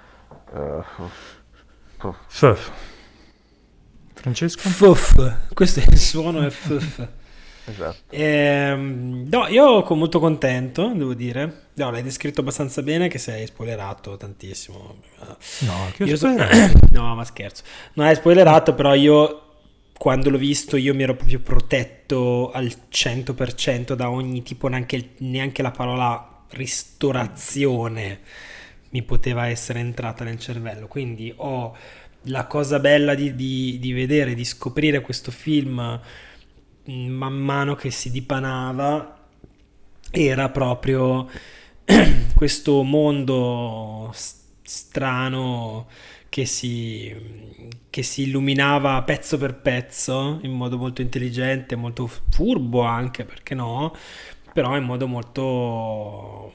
Francesco? Questo è il suono, è esatto. No, io molto contento, devo dire. No, l'hai descritto abbastanza bene, che sei spoilerato tantissimo. No, che ho spoilerato? No, ma scherzo. Non hai spoilerato, però io quando l'ho visto io mi ero proprio protetto al 100% da ogni tipo, neanche la parola ristorazione mi poteva essere entrata nel cervello. Quindi la cosa bella di vedere, di scoprire questo film man mano che si dipanava, era proprio questo mondo strano che si illuminava pezzo per pezzo in modo molto intelligente, molto furbo anche, perché no, però in modo molto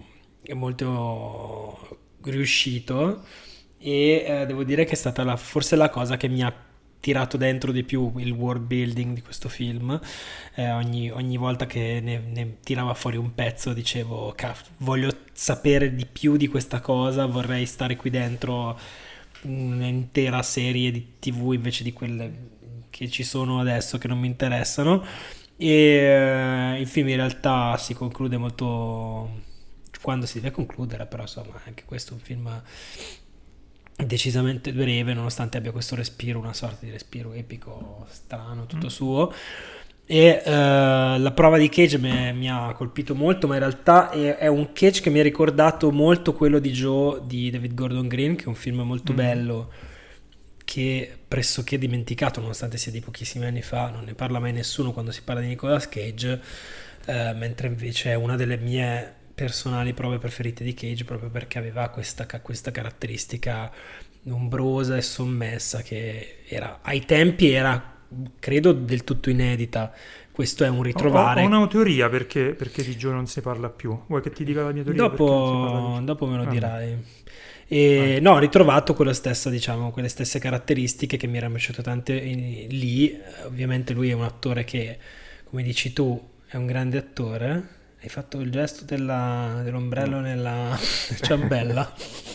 riuscito. E devo dire che è stata forse la cosa che mi ha tirato dentro di più il world building di questo film. Ogni volta che ne tirava fuori un pezzo dicevo, voglio sapere di più di questa cosa, vorrei stare qui dentro un'intera serie di TV invece di quelle che ci sono adesso che non mi interessano. E il film in realtà si conclude molto quando si deve concludere, però insomma anche questo è un film decisamente breve, nonostante abbia questo respiro, una sorta di respiro epico strano tutto suo. E la prova di Cage mi ha colpito molto, ma in realtà è un Cage che mi ha ricordato molto quello di Joe di David Gordon Green, che è un film molto bello che pressoché dimenticato nonostante sia di pochissimi anni fa, non ne parla mai nessuno quando si parla di Nicolas Cage, mentre invece è una delle mie personali prove preferite di Cage, proprio perché aveva questa caratteristica ombrosa e sommessa che era ai tempi era credo del tutto inedita. Questo è un ritrovare. Ho una teoria perché di Joe non si parla più. Vuoi che ti dica la mia teoria? Dopo me lo dirai. E no, ho ritrovato quella stessa, diciamo, quelle stesse caratteristiche che mi erano piaciute tante lì. Ovviamente lui è un attore che, come dici tu, è un grande attore. Hai fatto il gesto dell'ombrello nella ciambella.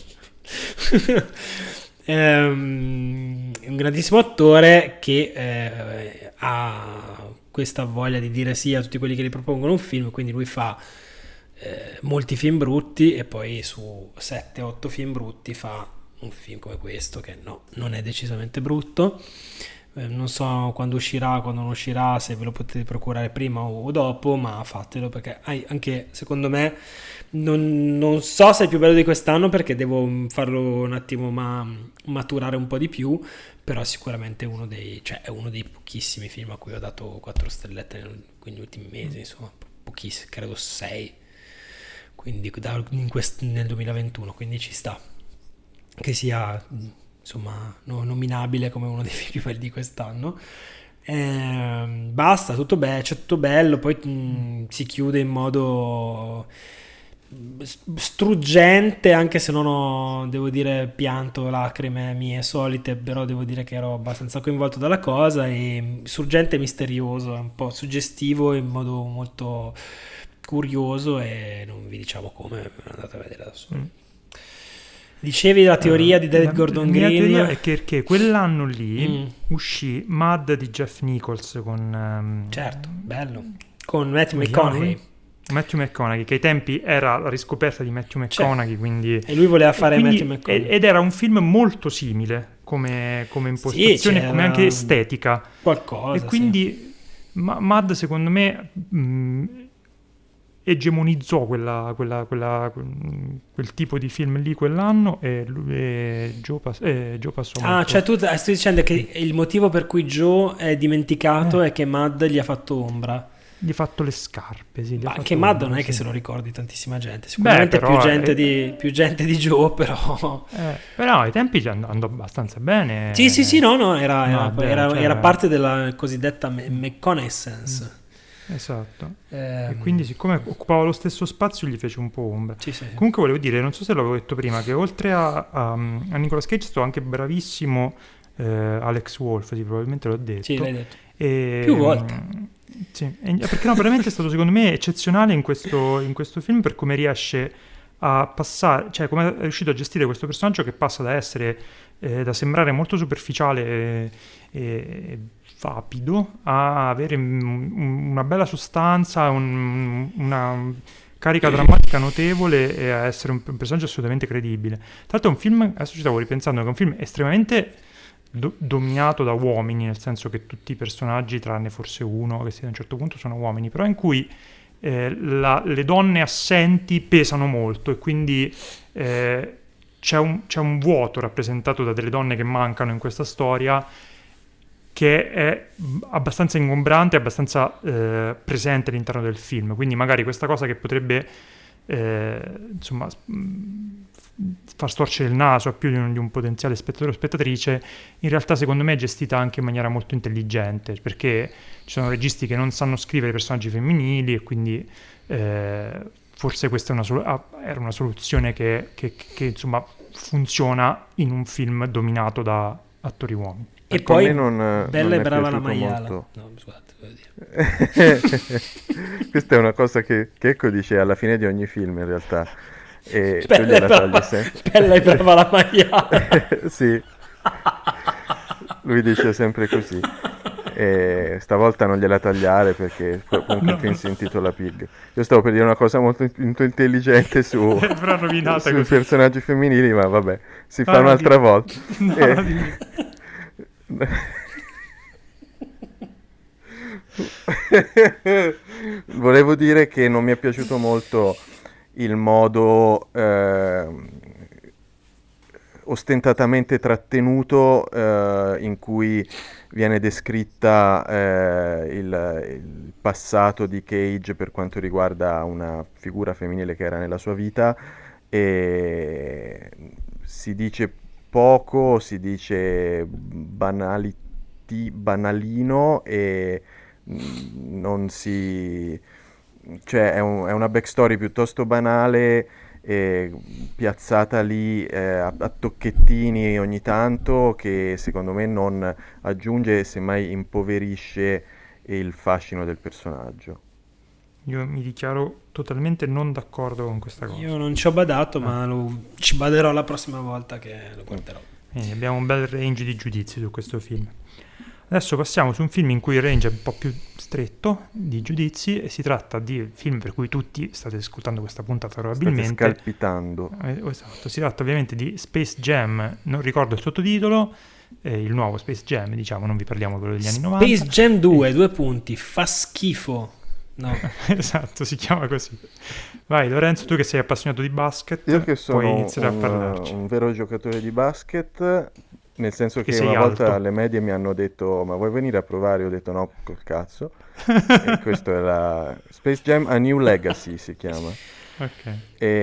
È un grandissimo attore che ha questa voglia di dire sì a tutti quelli che gli propongono un film, quindi lui fa molti film brutti e poi su 7-8 film brutti fa un film come questo che no, non è decisamente brutto. Non so quando uscirà, quando non uscirà, se ve lo potete procurare prima o dopo, ma fatelo perché anche secondo me non so se è il più bello di quest'anno perché devo farlo un attimo maturare un po' di più, però sicuramente è uno dei pochissimi film a cui ho dato 4 stellette negli ultimi mesi, insomma pochissimi, credo 6, quindi nel 2021, quindi ci sta che sia insomma nominabile come uno dei film più belli di quest'anno. Basta, c'è tutto bello, poi si chiude in modo struggente, anche se non ho, devo dire, pianto lacrime mie solite, però devo dire che ero abbastanza coinvolto dalla cosa, e struggente e misterioso, è un po' suggestivo in modo molto curioso, e non vi diciamo come, andate a vedere da solo. Dicevi la teoria di David Gordon Green? La mia teoria è che quell'anno lì uscì Mad di Jeff Nichols con... certo, bello. Con Matthew McConaughey, che ai tempi era la riscoperta di Matthew McConaughey, quindi... E lui voleva fare Matthew McConaughey. Ed era un film molto simile come impostazione, come anche estetica. Qualcosa, e quindi Mad, secondo me... egemonizzò quel tipo di film lì quell'anno, e Joe passò molto. Cioè tu stai dicendo che il motivo per cui Joe è dimenticato è che Mad gli ha fatto ombra, gli ha fatto le scarpe, sì, ma anche Mad non è che se lo ricordi tantissima gente, sicuramente più gente di Joe, però ai tempi andò abbastanza bene. Sì, no, era parte della cosiddetta McConaissance. Esatto. E quindi, siccome occupava lo stesso spazio, gli fece un po' ombra. Sì. Comunque volevo dire, non so se l'avevo detto prima, che oltre a Nicolas Cage sto anche bravissimo Alex Wolff, sì, probabilmente l'ho detto. Sì, l'hai detto. Più volte. Sì, perché no, veramente è stato secondo me eccezionale in questo film, per come riesce a passare, cioè come è riuscito a gestire questo personaggio che passa da essere da sembrare molto superficiale e vapido a avere una bella sostanza, una carica drammatica notevole, e a essere un personaggio assolutamente credibile. Tra l'altro è un film, adesso ci stavo ripensando, che è un film estremamente dominato da uomini, nel senso che tutti i personaggi, tranne forse uno che a un certo punto sono uomini, però in cui le donne assenti pesano molto, e quindi c'è un vuoto rappresentato da delle donne che mancano in questa storia, che è abbastanza ingombrante, abbastanza presente all'interno del film. Quindi magari questa cosa che potrebbe insomma far storcere il naso a più di un potenziale spettatore o spettatrice, in realtà secondo me è gestita anche in maniera molto intelligente, perché ci sono registi che non sanno scrivere personaggi femminili, e quindi forse questa era una soluzione che insomma funziona in un film dominato da attori uomini. E ecco, poi non bella e è brava la piaciuto maiala. molto. No, scusate, volevo dire. Questa è una cosa che Ecco dice alla fine di ogni film in realtà, e tu Bella e gliela togli brava, sempre. bella e brava la maiala. Sì, lui dice sempre così. E stavolta non gliela tagliare perché comunque il film si intitola Pig. Io stavo per dire una cosa molto intelligente Però rovinata sui così. personaggi femminili, ma vabbè, si fa No, un'altra volta. No, E- Volevo dire che non mi è piaciuto molto il modo ostentatamente trattenuto in cui viene descritta il passato di Cage per quanto riguarda una figura femminile che era nella sua vita, e si dice poco, si dice banalino, e non si... cioè è una backstory piuttosto banale, piazzata lì a tocchettini ogni tanto, che secondo me non aggiunge, semmai impoverisce il fascino del personaggio. Io mi dichiaro totalmente non d'accordo con questa cosa. Io non ci ho badato, ma ci baderò la prossima volta che lo guarderò. Abbiamo un bel range di giudizi su questo film. Adesso passiamo su un film in cui il range è un po' più stretto di giudizi, e si tratta di film per cui tutti state ascoltando questa puntata probabilmente. State scalpitando. Esatto, si tratta ovviamente di Space Jam, non ricordo il sottotitolo, il nuovo Space Jam, diciamo, non vi parliamo quello degli anni 90. Space Jam 2, 2 punti, fa schifo. No. Esatto, si chiama così. Vai Lorenzo, tu che sei appassionato di basket, Io che puoi sono iniziare a parlarci. un vero giocatore di basket, nel senso che sei una volta alto. alle medie mi hanno detto: ma vuoi venire a provare? Io ho detto no, col cazzo. E questo è la Space Jam A New Legacy si chiama. Ok.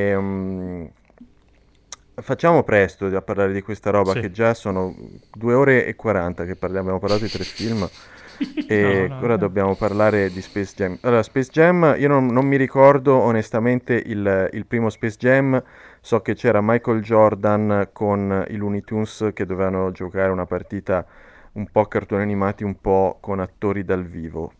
E facciamo presto a parlare di questa roba, Sì. che già sono 2 ore e 40 che abbiamo parlato di 3 film. E No, ora dobbiamo parlare di Space Jam. Allora, Space Jam, io non mi ricordo onestamente il primo Space Jam. So che c'era Michael Jordan con i Looney Tunes che dovevano giocare una partita un po' cartoni animati, un po' con attori dal vivo.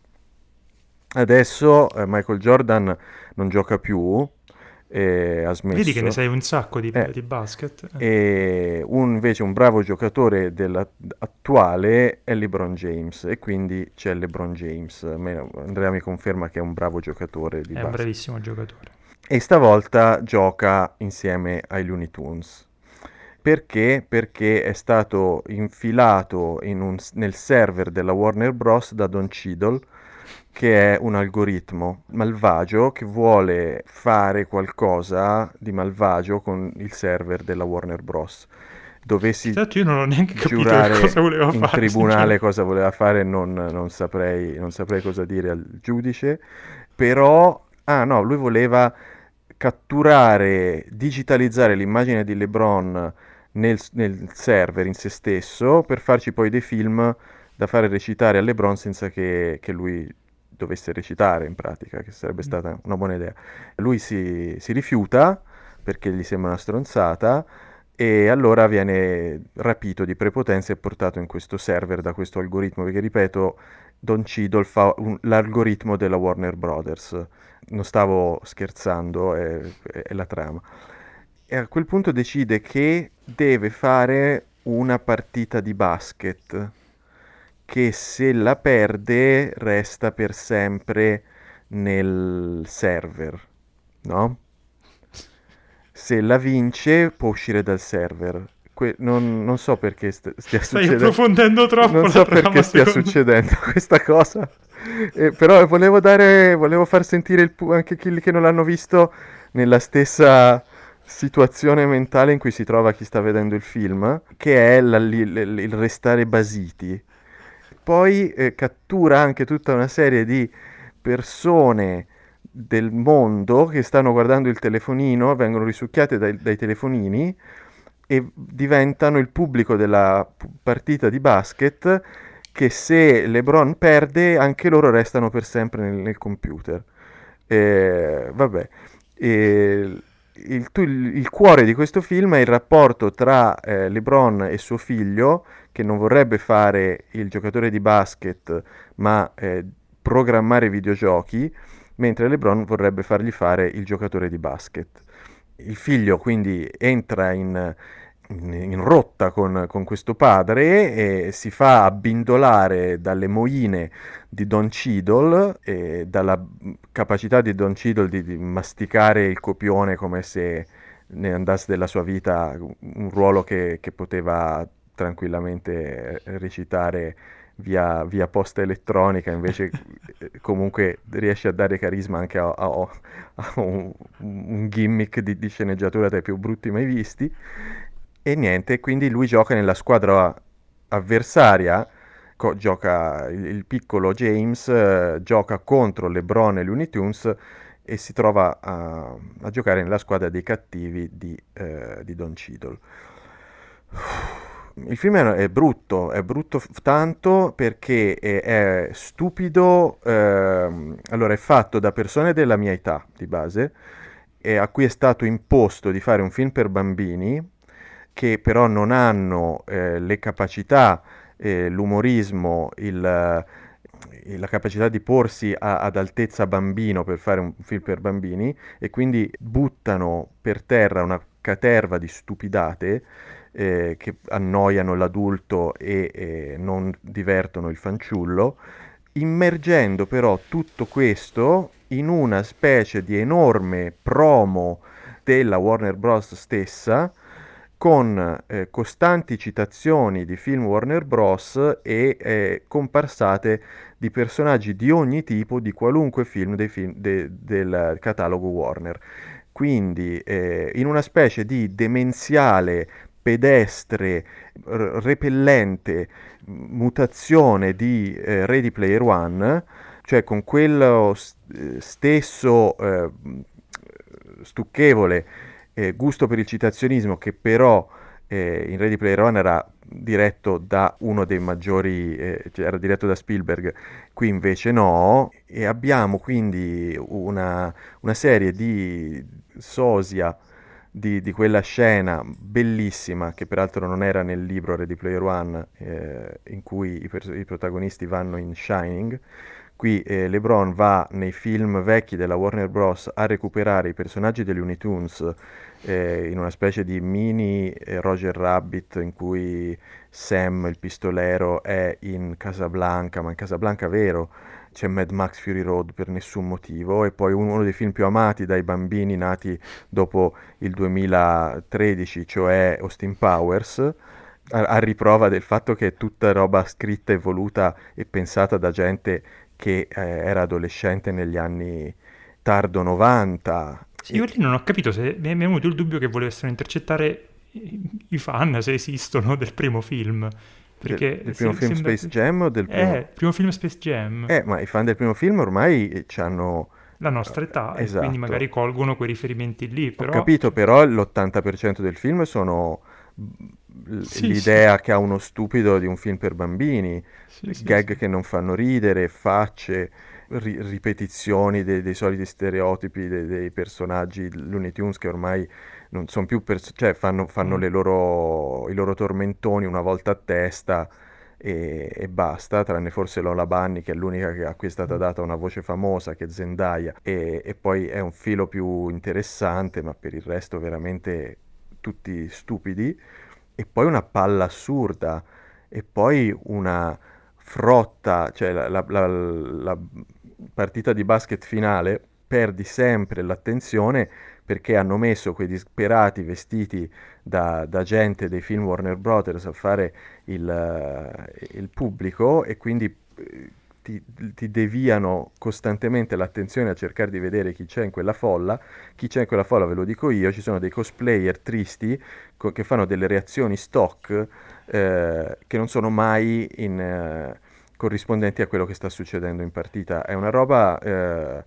Adesso Michael Jordan non gioca più, ha smesso. Vedi che ne sai un sacco di basket. E invece un bravo giocatore attuale è LeBron James, e quindi c'è LeBron James. Andrea mi conferma che è un bravo giocatore di È basket. un bravissimo giocatore. E stavolta gioca insieme ai Looney Tunes. Perché? Perché è stato infilato nel server della Warner Bros. Da Don Cheadle, che è un algoritmo malvagio che vuole fare qualcosa di malvagio con il server della Warner Bros. Dovessi Io non ho neanche capito giurare cosa voleva in fare, tribunale cosa voleva fare, non saprei cosa dire al giudice, però no, lui voleva catturare, digitalizzare l'immagine di LeBron nel server in se stesso, per farci poi dei film da fare recitare a LeBron senza che lui dovesse recitare, in pratica, che sarebbe stata una buona idea. Lui si rifiuta perché gli sembra una stronzata, e allora viene rapito di prepotenza e portato in questo server da questo algoritmo, perché ripeto, Don Cheadle fa l'algoritmo della Warner Brothers. Non stavo scherzando, è la trama. E a quel punto decide che deve fare una partita di basket, che se la perde resta per sempre nel server, no? Se la vince può uscire dal server. Non so perché stia Stai succedendo. approfondendo troppo Non la so trama, perché stia secondo me. succedendo questa cosa. Però volevo far sentire anche quelli che non l'hanno visto nella stessa situazione mentale in cui si trova chi sta vedendo il film, che è il restare basiti. Poi cattura anche tutta una serie di persone del mondo che stanno guardando il telefonino, vengono risucchiate dai telefonini e diventano il pubblico della partita di basket, che se LeBron perde anche loro restano per sempre nel computer. Vabbè. il cuore di questo film è il rapporto tra LeBron e suo figlio, che non vorrebbe fare il giocatore di basket, ma programmare videogiochi, mentre LeBron vorrebbe fargli fare il giocatore di basket. Il figlio quindi entra in rotta con questo padre e si fa abbindolare dalle moine di Don Cheadle e dalla capacità di Don Cheadle di masticare il copione come se ne andasse della sua vita un ruolo che poteva tranquillamente recitare via posta elettronica, invece comunque riesce a dare carisma anche a un gimmick di sceneggiatura dai più brutti mai visti. E niente, quindi lui gioca nella squadra avversaria, gioca il piccolo James, gioca contro LeBron e Looney Tunes e si trova a giocare nella squadra dei cattivi di Don Cheadle. Il film è brutto tanto perché è stupido, allora è fatto da persone della mia età di base, e a cui è stato imposto di fare un film per bambini, che però non hanno le capacità, l'umorismo, la capacità di porsi ad altezza bambino per fare un film per bambini, e quindi buttano per terra una caterva di stupidate che annoiano l'adulto e non divertono il fanciullo, immergendo però tutto questo in una specie di enorme promo della Warner Bros. Stessa, con costanti citazioni di film Warner Bros. E comparsate di personaggi di ogni tipo, di qualunque film del catalogo Warner. Quindi in una specie di demenziale, pedestre, repellente mutazione di Ready Player One, cioè con quello stesso stucchevole gusto per il citazionismo che però in Ready Player One era diretto da uno dei maggiori, cioè era diretto da Spielberg, qui invece no, e abbiamo quindi una serie di sosia di quella scena bellissima, che peraltro non era nel libro Ready Player One, in cui i protagonisti vanno in Shining. Qui LeBron va nei film vecchi della Warner Bros. A recuperare i personaggi dei Looney Tunes in una specie di mini Roger Rabbit, in cui Sam, il pistolero, è in Casablanca, ma in Casablanca vero. C'è Mad Max Fury Road per nessun motivo, e poi uno dei film più amati dai bambini nati dopo il 2013, cioè Austin Powers, a riprova del fatto che è tutta roba scritta e voluta e pensata da gente che era adolescente negli anni tardo 90. Sì, io lì non ho capito se mi è venuto il dubbio che volessero intercettare i fan, se esistono, del primo film. Perché del primo film Space Jam o del primo? Il primo film Space Jam. Ma i fan del primo film ormai hanno la nostra età, esatto. E quindi magari colgono quei riferimenti lì. Però... Ho capito, però l'80% del film sono l'idea che ha uno stupido di un film per bambini, gag che non fanno ridere, facce, ripetizioni dei soliti stereotipi dei personaggi Looney Tunes, che ormai non sono più cioè fanno i loro tormentoni una volta a testa e basta, tranne forse Lola Bunny, che è l'unica a cui è stata data una voce famosa, che è Zendaya, e poi è un filo più interessante, ma per il resto veramente tutti stupidi. E poi una palla assurda, e poi una frotta, cioè la partita di basket finale perdi sempre l'attenzione perché hanno messo quei disperati vestiti da gente dei film Warner Brothers a fare il pubblico, e quindi ti deviano costantemente l'attenzione a cercare di vedere chi c'è in quella folla. Chi c'è in quella folla ve lo dico io: ci sono dei cosplayer tristi che fanno delle reazioni stock che non sono mai corrispondenti a quello che sta succedendo in partita. È una roba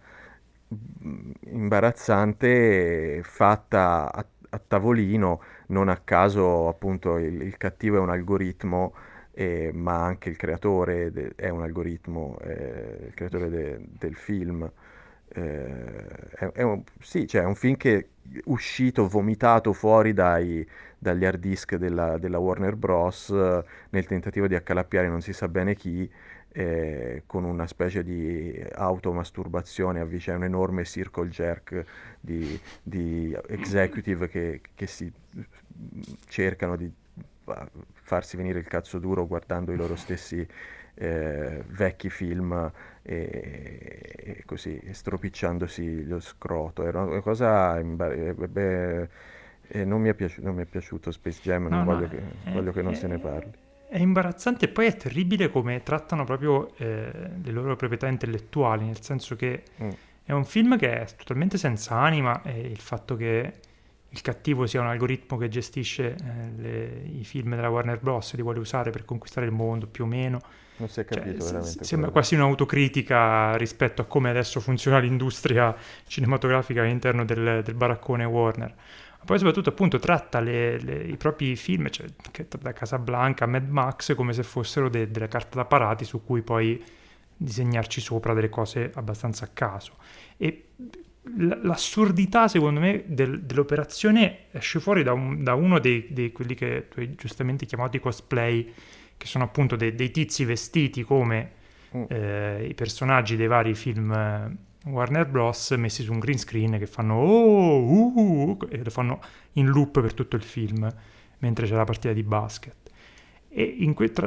imbarazzante, fatta a tavolino. Non a caso appunto il cattivo è un algoritmo, ma anche il creatore è un algoritmo, il creatore del film. sì, cioè è un film che è uscito, vomitato fuori dagli hard disk della Warner Bros. Nel tentativo di accalappiare non si sa bene chi, con una specie di automasturbazione a vicenda, un enorme circle jerk di executive che si cercano di farsi venire il cazzo duro guardando i loro stessi vecchi film e così stropicciandosi lo scroto. Era una cosa non mi è piaciuto Space Jam, No, no, voglio che non se ne parli. È imbarazzante e poi è terribile come trattano proprio le loro proprietà intellettuali, nel senso che è un film che è totalmente senza anima, e il fatto che il cattivo sia un algoritmo che gestisce i film della Warner Bros. Li vuole usare per conquistare il mondo, più o meno. Non si è capito veramente. Sembra quasi un'autocritica rispetto a come adesso funziona l'industria cinematografica all'interno del baraccone Warner. Ma poi soprattutto appunto tratta i propri film, cioè da Casablanca a Mad Max, come se fossero delle carte da parati su cui poi disegnarci sopra delle cose abbastanza a caso. E l'assurdità, secondo me, dell'operazione esce fuori da uno dei quelli che tu hai giustamente chiamato i cosplay, che sono appunto dei tizi vestiti come i personaggi dei vari film Warner Bros. Messi su un green screen che fanno e lo fanno in loop per tutto il film mentre c'è la partita di basket. E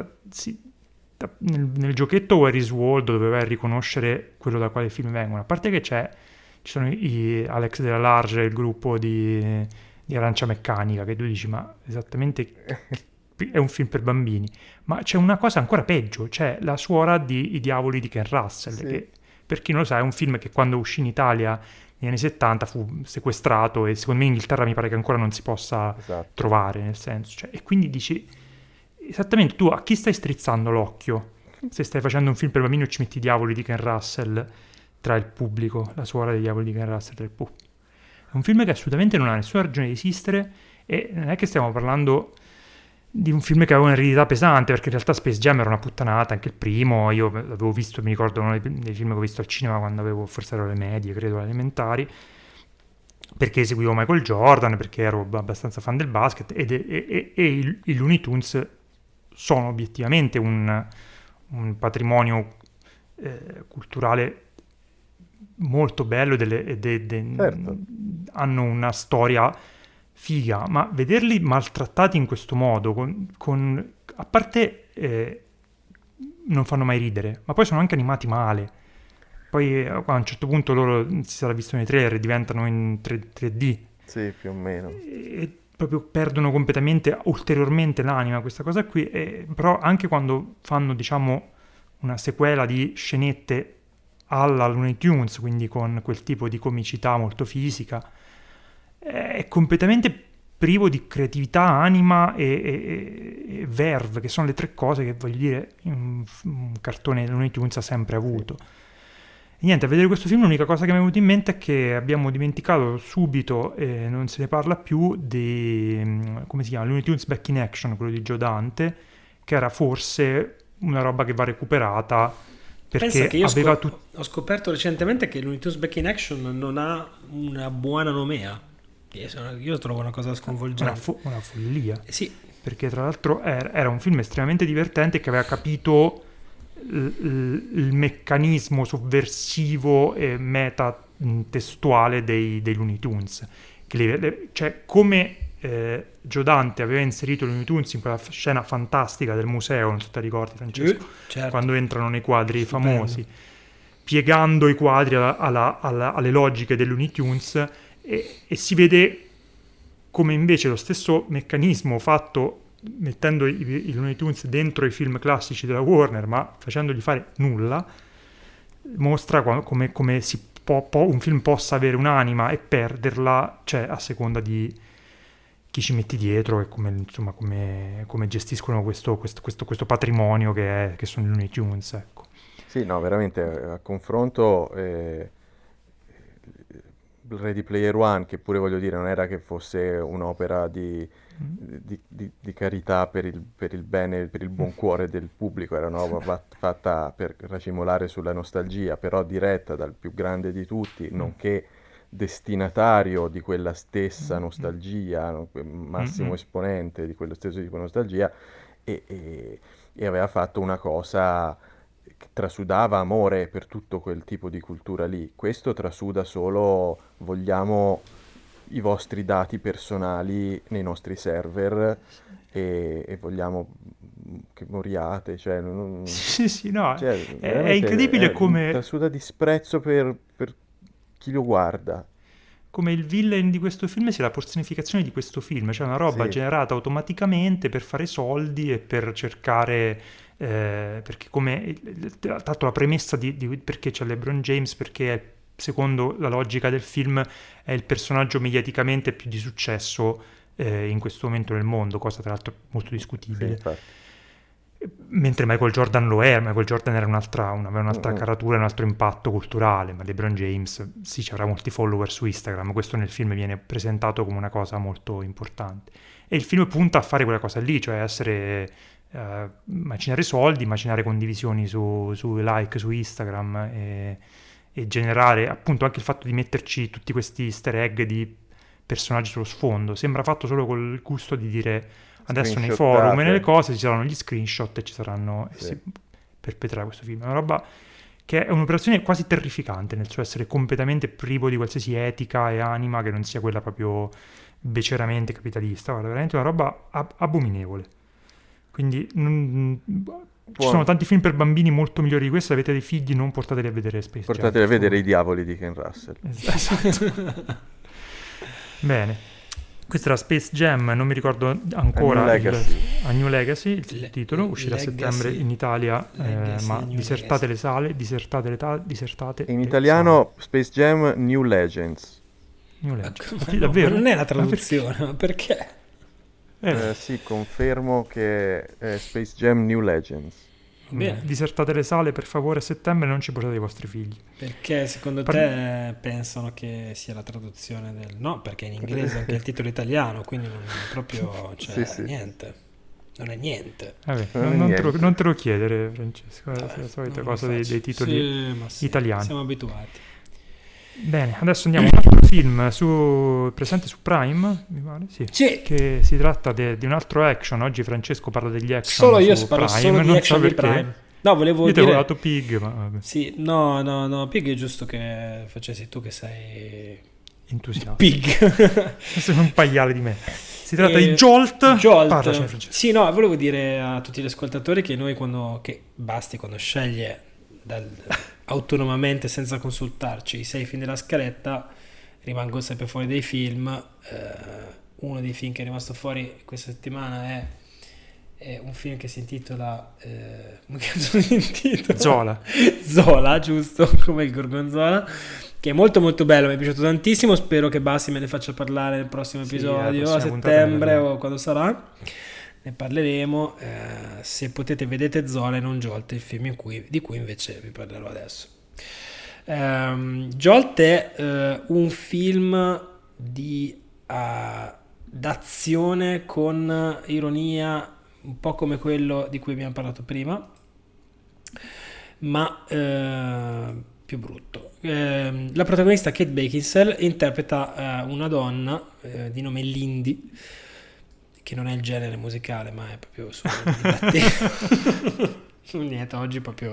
nel giochetto Where is Waldo, dove vai a riconoscere quello da quale film vengono, a parte che ci sono Alex della Large e il gruppo di Arancia Meccanica, che tu dici ma esattamente è un film per bambini, ma c'è una cosa ancora peggio, c'è la suora di I Diavoli di Ken Russell, sì, che per chi non lo sa è un film che quando uscì in Italia negli anni 70 fu sequestrato, e secondo me in Inghilterra mi pare che ancora non si possa trovare, nel senso, cioè, e quindi dici esattamente tu a chi stai strizzando l'occhio se stai facendo un film per bambini o ci metti I Diavoli di Ken Russell tra il pubblico, la suora dei Diavoli di Ken Russell tra il pubblico. È un film che assolutamente non ha nessuna ragione di esistere, e non è che stiamo parlando di un film che aveva un'eredità pesante, perché in realtà Space Jam era una puttanata, anche il primo, io l'avevo visto, mi ricordo uno dei film che ho visto al cinema quando forse ero alle medie, credo, alle elementari, perché seguivo Michael Jordan, perché ero abbastanza fan del basket, e i Looney Tunes sono obiettivamente un patrimonio culturale molto bello, certo, hanno una storia figa, ma vederli maltrattati in questo modo, a parte non fanno mai ridere, ma poi sono anche animati male. Poi a un certo punto loro, si sarà visto nei trailer, diventano in 3D. Sì, più o meno. E proprio perdono completamente, ulteriormente l'anima questa cosa qui, però anche quando fanno, diciamo, una sequela di scenette alla Looney Tunes, quindi con quel tipo di comicità molto fisica, è completamente privo di creatività, anima e verve, che sono le tre cose che, voglio dire, un cartone Looney Tunes ha sempre avuto. E niente, a vedere questo film l'unica cosa che mi è venuta in mente è che abbiamo dimenticato subito, e non se ne parla più, di, come si chiama, Looney Tunes Back in Action, quello di Joe Dante, che era forse una roba che va recuperata, perché che io aveva ho scoperto recentemente che Looney Tunes Back in Action non ha una buona nomea. Io trovo una cosa sconvolgente. Una follia. Sì. Perché tra l'altro era un film estremamente divertente, che aveva capito il meccanismo sovversivo e metatestuale dei Looney Tunes. Cioè, come Joe Dante aveva inserito i Looney Tunes in quella scena fantastica del museo, non so se ti ricordi, Francesco, certo, quando entrano nei quadri famosi, piegando i quadri alle logiche dei Looney Tunes, e si vede come invece lo stesso meccanismo fatto mettendo i Looney Tunes dentro i film classici della Warner, ma facendogli fare nulla, mostra come un film possa avere un'anima e perderla, cioè a seconda di chi ci metti dietro e come gestiscono questo patrimonio che sono i Looney Tunes, ecco. Sì, no, veramente a confronto Ready Player One, che pure voglio dire non era che fosse un'opera di carità per il bene, per il buon cuore del pubblico, era un'opera fatta per racimolare sulla nostalgia, però diretta dal più grande di tutti, nonché destinatario di quella stessa nostalgia, massimo esponente di quello stesso tipo di nostalgia, e aveva fatto una cosa che trasudava amore per tutto quel tipo di cultura lì. Questo trasuda solo vogliamo i vostri dati personali nei nostri server e vogliamo che moriate, cioè, Sì, no, cioè, è incredibile come... trasuda disprezzo per chi lo guarda. Come il villain di questo film sia la personificazione di questo film, cioè una roba generata automaticamente per fare soldi e per cercare... perché come tanto la premessa di perché c'è LeBron James, perché secondo la logica del film è il personaggio mediaticamente più di successo in questo momento nel mondo, cosa tra l'altro molto discutibile. Mentre Michael Jordan lo è. Michael Jordan era aveva un'altra caratura, un altro impatto culturale, ma LeBron James sì, ci avrà molti follower su Instagram, questo nel film viene presentato come una cosa molto importante, e il film punta a fare quella cosa lì, cioè essere macinare soldi, macinare condivisioni su like su Instagram e generare appunto anche il fatto di metterci tutti questi easter egg di personaggi sullo sfondo. Sembra fatto solo col gusto di dire adesso nei forum e nelle cose ci saranno gli screenshot e ci saranno si perpetrerà questo film. È una roba che è un'operazione quasi terrificante nel suo essere completamente privo di qualsiasi etica e anima che non sia quella proprio beceramente capitalista. Guarda, veramente una roba abominevole. Quindi ci sono tanti film per bambini molto migliori di questo. Se avete dei figli, non portateli a vedere Space Jam. Portateli a vedere I diavoli di Ken Russell. Esatto. Bene, questo era Space Jam, non mi ricordo ancora A New Legacy, il titolo, uscirà a settembre in Italia, ma disertate le sale, disertate in italiano Space Jam New Legends. Davvero? Non è la traduzione, ma perché? Sì, confermo che è Space Jam New Legends. Disertate le sale per favore a settembre, non ci portate i vostri figli. Perché secondo te pensano che sia la traduzione del... No, perché in inglese anche il titolo italiano, quindi non è proprio... Cioè, niente. Non è niente. Non te lo chiedere, Francesco, è la solita cosa dei titoli italiani. Siamo abituati. Bene, adesso andiamo a un altro film presente su Prime, mi pare, sì. Che si tratta di un altro action. Oggi Francesco parla degli action. Solo io parlo solo di action di Prime. No, volevo dire... Io ti avevo dato Pig, ma... Sì, no, Pig è giusto che facessi tu che sei... entusiasta. Pig. Sei un pagliale di me. Si tratta di Jolt. Parlaci, Francesco. Sì, no, volevo dire a tutti gli ascoltatori che noi quando sceglie autonomamente senza consultarci i 6 film della scaletta, rimango sempre fuori dei film. Uno dei film che è rimasto fuori questa settimana è un film che si intitola come cazzo si intitola? Zola, giusto, come il gorgonzola, che è molto molto bello, mi è piaciuto tantissimo. Spero che Bassi me ne faccia parlare nel prossimo episodio a settembre o quando sarà, ne parleremo. Se potete vedete Zola e non Jolt, il film di cui invece vi parlerò adesso. Jolt è un film d'azione con ironia, un po' come quello di cui abbiamo parlato prima, ma più brutto. La protagonista Kate Beckinsale interpreta una donna di nome Lindy, che non è il genere musicale, ma è proprio niente, oggi proprio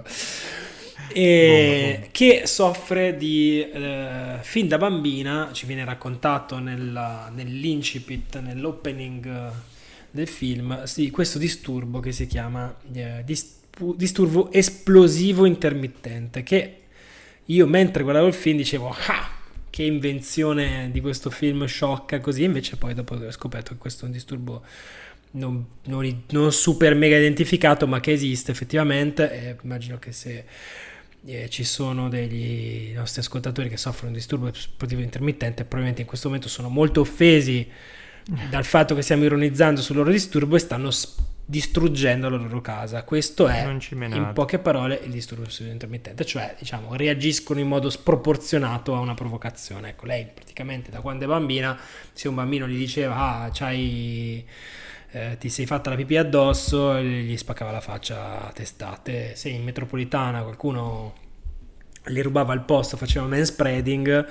che soffre di fin da bambina, ci viene raccontato nell'incipit, nell'opening del film, questo disturbo che si chiama disturbo esplosivo intermittente, che io mentre guardavo il film dicevo che invenzione di questo film sciocca così, invece poi dopo ho scoperto che questo è un disturbo non super mega identificato, ma che esiste effettivamente, e immagino che se ci sono degli nostri ascoltatori che soffrono di disturbo esplosivo intermittente, probabilmente in questo momento sono molto offesi dal fatto che stiamo ironizzando sul loro disturbo e stanno distruggendo la loro casa. Questo è, Non ci menate. in poche parole, il disturbo ossessivo intermittente, cioè diciamo reagiscono in modo sproporzionato a una provocazione. Ecco, lei praticamente da quando è bambina, se un bambino gli diceva ti sei fatta la pipì addosso, gli spaccava la faccia a testate. Se in metropolitana qualcuno gli rubava il posto, faceva manspreading,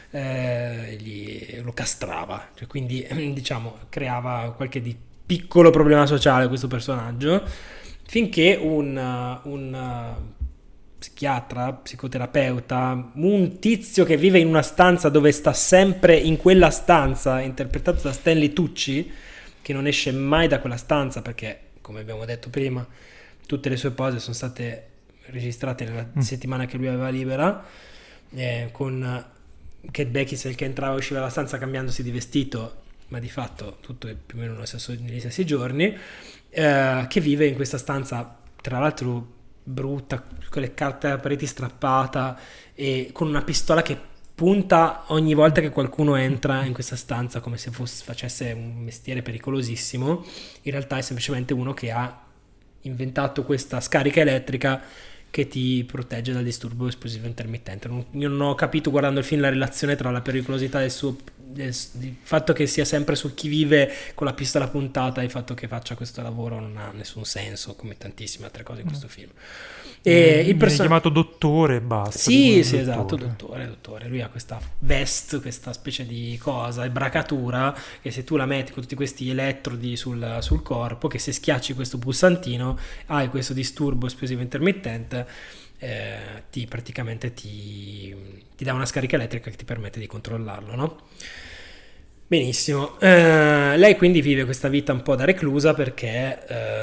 lo castrava, cioè, quindi diciamo creava qualche di piccolo problema sociale questo personaggio, finché un psichiatra, psicoterapeuta, un tizio che vive in una stanza dove sta sempre in quella stanza, interpretato da Stanley Tucci, che non esce mai da quella stanza perché, come abbiamo detto prima, tutte le sue pose sono state registrate nella settimana che lui aveva libera, con Kate Beckinsale che entrava e usciva dalla stanza cambiandosi di vestito, ma di fatto tutto è più o meno negli stessi giorni, che vive in questa stanza, tra l'altro brutta, con le carte alla pareti strappata e con una pistola che punta ogni volta che qualcuno entra in questa stanza, come se facesse un mestiere pericolosissimo. In realtà è semplicemente uno che ha inventato questa scarica elettrica che ti protegge dal disturbo esplosivo intermittente. Io non ho capito, guardando il film, la relazione tra la pericolosità del fatto che sia sempre su chi vive con la pistola puntata e il fatto che faccia questo lavoro. Non ha nessun senso, come tantissime altre cose in questo film. E il personaggio chiamato dottore e basta. Sì, esatto, dottore. Lui ha questa vest, questa specie di cosa, bracatura, che se tu la metti con tutti questi elettrodi sul corpo, che se schiacci questo pulsantino hai questo disturbo esplosivo intermittente, praticamente ti dà una scarica elettrica che ti permette di controllarlo, no? Benissimo. Lei quindi vive questa vita un po' da reclusa perché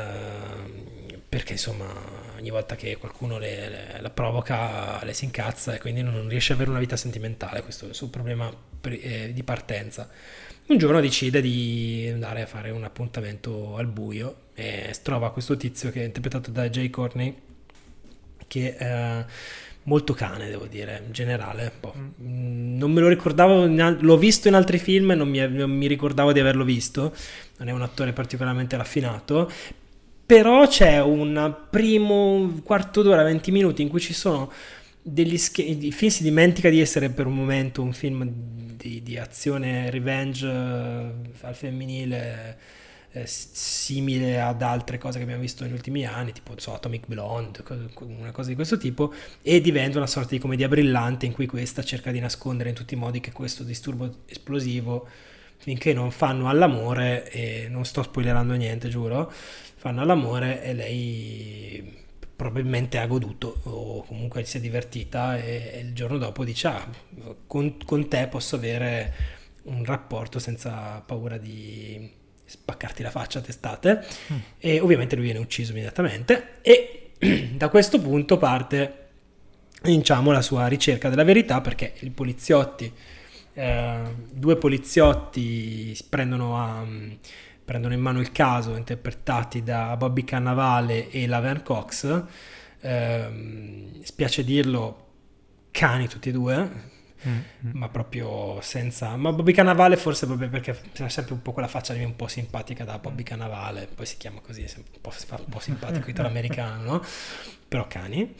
insomma ogni volta che qualcuno la provoca le si incazza e quindi non riesce ad avere una vita sentimentale. Questo è il suo problema di partenza. Un giorno decide di andare a fare un appuntamento al buio e trova questo tizio che è interpretato da Jay Courtney, che è molto cane, devo dire, in generale. Non me lo ricordavo, l'ho visto in altri film e non mi ricordavo di averlo visto. Non è un attore particolarmente raffinato, però c'è un primo quarto d'ora, 20 minuti in cui ci sono degli il film si dimentica di essere per un momento un film di azione revenge al femminile, simile ad altre cose che abbiamo visto negli ultimi anni, tipo Atomic Blonde, una cosa di questo tipo, e diventa una sorta di commedia brillante in cui questa cerca di nascondere in tutti i modi che questo disturbo esplosivo, finché non fanno all'amore, e non sto spoilerando niente, giuro, fanno all'amore e lei probabilmente ha goduto o comunque si è divertita e il giorno dopo dice con te posso avere un rapporto senza paura di spaccarti la faccia a testate. E ovviamente lui viene ucciso immediatamente e da questo punto parte, diciamo, la sua ricerca della verità, perché i poliziotti, due poliziotti prendono in mano il caso, interpretati da Bobby Cannavale e Laverne Cox, spiace dirlo, cani tutti e due, ma proprio senza... Ma Bobby Cannavale forse proprio perché c'è sempre un po' quella faccia un po' simpatica da Bobby Cannavale, poi si chiama così, si fa un po' simpatico italo-americano, no? Però cani.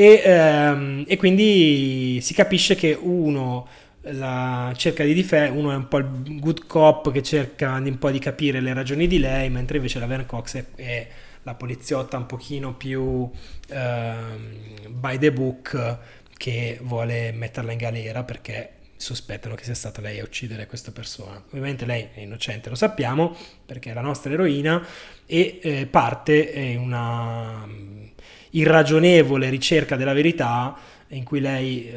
E quindi si capisce che uno cerca di difendere, uno è un po' il good cop che cerca un po' di capire le ragioni di lei, mentre invece la Laverne Cox è la poliziotta un pochino più by the book, che vuole metterla in galera perché sospettano che sia stata lei a uccidere questa persona. Ovviamente lei è innocente, lo sappiamo, perché è la nostra eroina, e parte in una irragionevole ricerca della verità in cui lei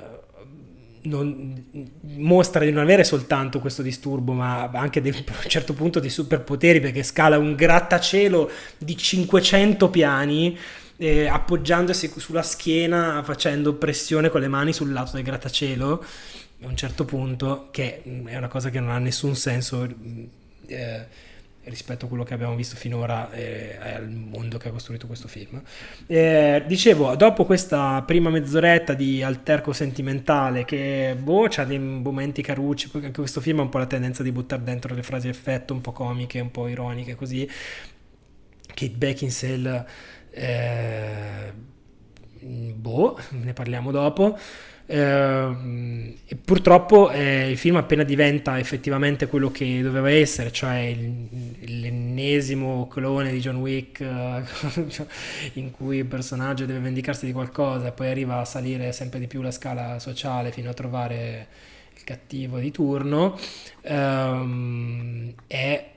mostra di non avere soltanto questo disturbo, ma anche a un certo punto di superpoteri, perché scala un grattacielo di 500 piani, appoggiandosi sulla schiena, facendo pressione con le mani sul lato del grattacielo a un certo punto, che è una cosa che non ha nessun senso rispetto a quello che abbiamo visto finora al mondo che ha costruito questo film. Dicevo, dopo questa prima mezz'oretta di alterco sentimentale che c'ha dei momenti carucci, perché anche questo film ha un po' la tendenza di buttare dentro le frasi effetto un po' comiche, un po' ironiche, così, Kate Beckinsale, ne parliamo dopo. E purtroppo il film appena diventa effettivamente quello che doveva essere, cioè l'ennesimo clone di John Wick in cui il personaggio deve vendicarsi di qualcosa e poi arriva a salire sempre di più la scala sociale fino a trovare il cattivo di turno, è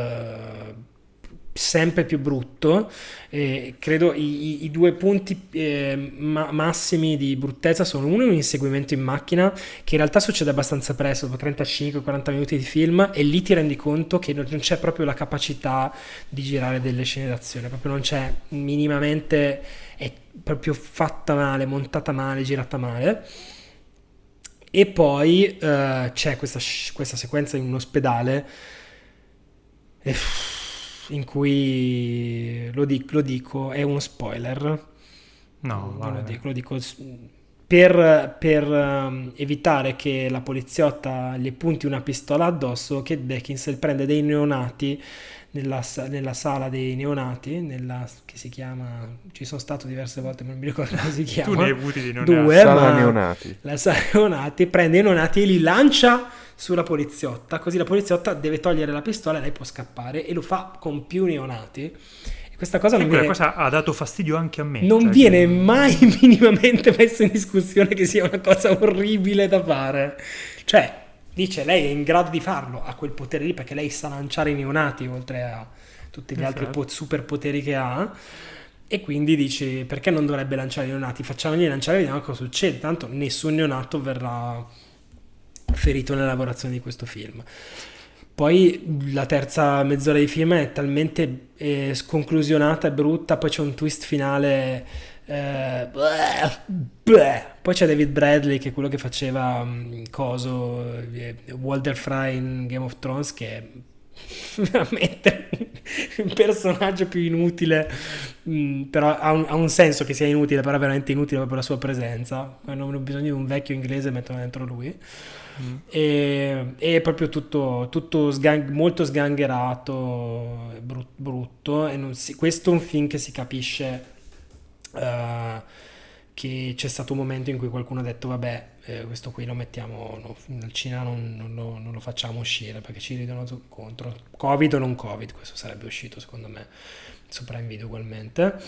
sempre più brutto. Credo i due punti massimi di bruttezza sono uno, un inseguimento in macchina che in realtà succede abbastanza presto, dopo 35-40 minuti di film, e lì ti rendi conto che non c'è proprio la capacità di girare delle scene d'azione, proprio non c'è minimamente, è proprio fatta male, montata male, girata male. E poi c'è questa sequenza in un ospedale in cui lo dico, è uno spoiler. No, lo dico per evitare che la poliziotta gli punti una pistola addosso. Kate Beckinsale prende dei neonati nella sala dei neonati, che si chiama, ci sono stato diverse volte ma non mi ricordo come si chiama. Tu ne hai avuti di neonati? Due, sala neonati. La sala neonati, prende i neonati e li lancia sulla poliziotta, così la poliziotta deve togliere la pistola e lei può scappare, e lo fa con più neonati. E questa cosa cosa ha dato fastidio anche a me. Non viene mai minimamente messo in discussione che sia una cosa orribile da fare. Cioè, dice, lei è in grado di farlo, ha quel potere lì perché lei sa lanciare i neonati oltre a tutti gli altri superpoteri che ha. E quindi dici, perché non dovrebbe lanciare i neonati? Facciamogli lanciare e vediamo cosa succede. Tanto nessun neonato verrà ferito nella lavorazione di questo film. Poi la terza mezz'ora di film è talmente sconclusionata e brutta, poi c'è un twist finale, poi c'è David Bradley, che è quello che faceva Walder Frey in Game of Thrones, che è veramente un personaggio più inutile, però ha un senso che sia inutile, però è veramente inutile proprio la sua presenza. Quando hanno bisogno di un vecchio inglese mettono dentro lui. E è proprio tutto molto sgangherato, brutto, e questo è un film che si capisce che c'è stato un momento in cui qualcuno ha detto vabbè, questo qui lo mettiamo al cinema, non lo facciamo uscire perché ci ridono contro, Covid o non Covid, questo sarebbe uscito secondo me su Prime Video ugualmente.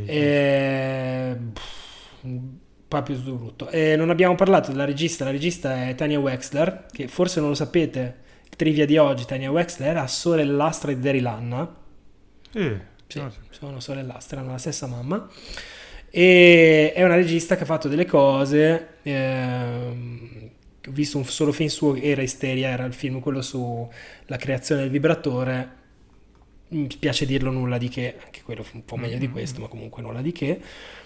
Proprio brutto. Non abbiamo parlato della regista. La regista è Tanya Wexler, che forse non lo sapete, trivia di oggi: Tanya Wexler era sorellastra di Daryl Hannah. Sì, sono sorellastre, hanno la stessa mamma, e è una regista che ha fatto delle cose. Ho visto un solo film suo, era Hysteria, era il film quello sulla creazione del vibratore. Mi spiace dirlo, nulla di che, anche quello un po' meglio di questo, ma comunque nulla di che.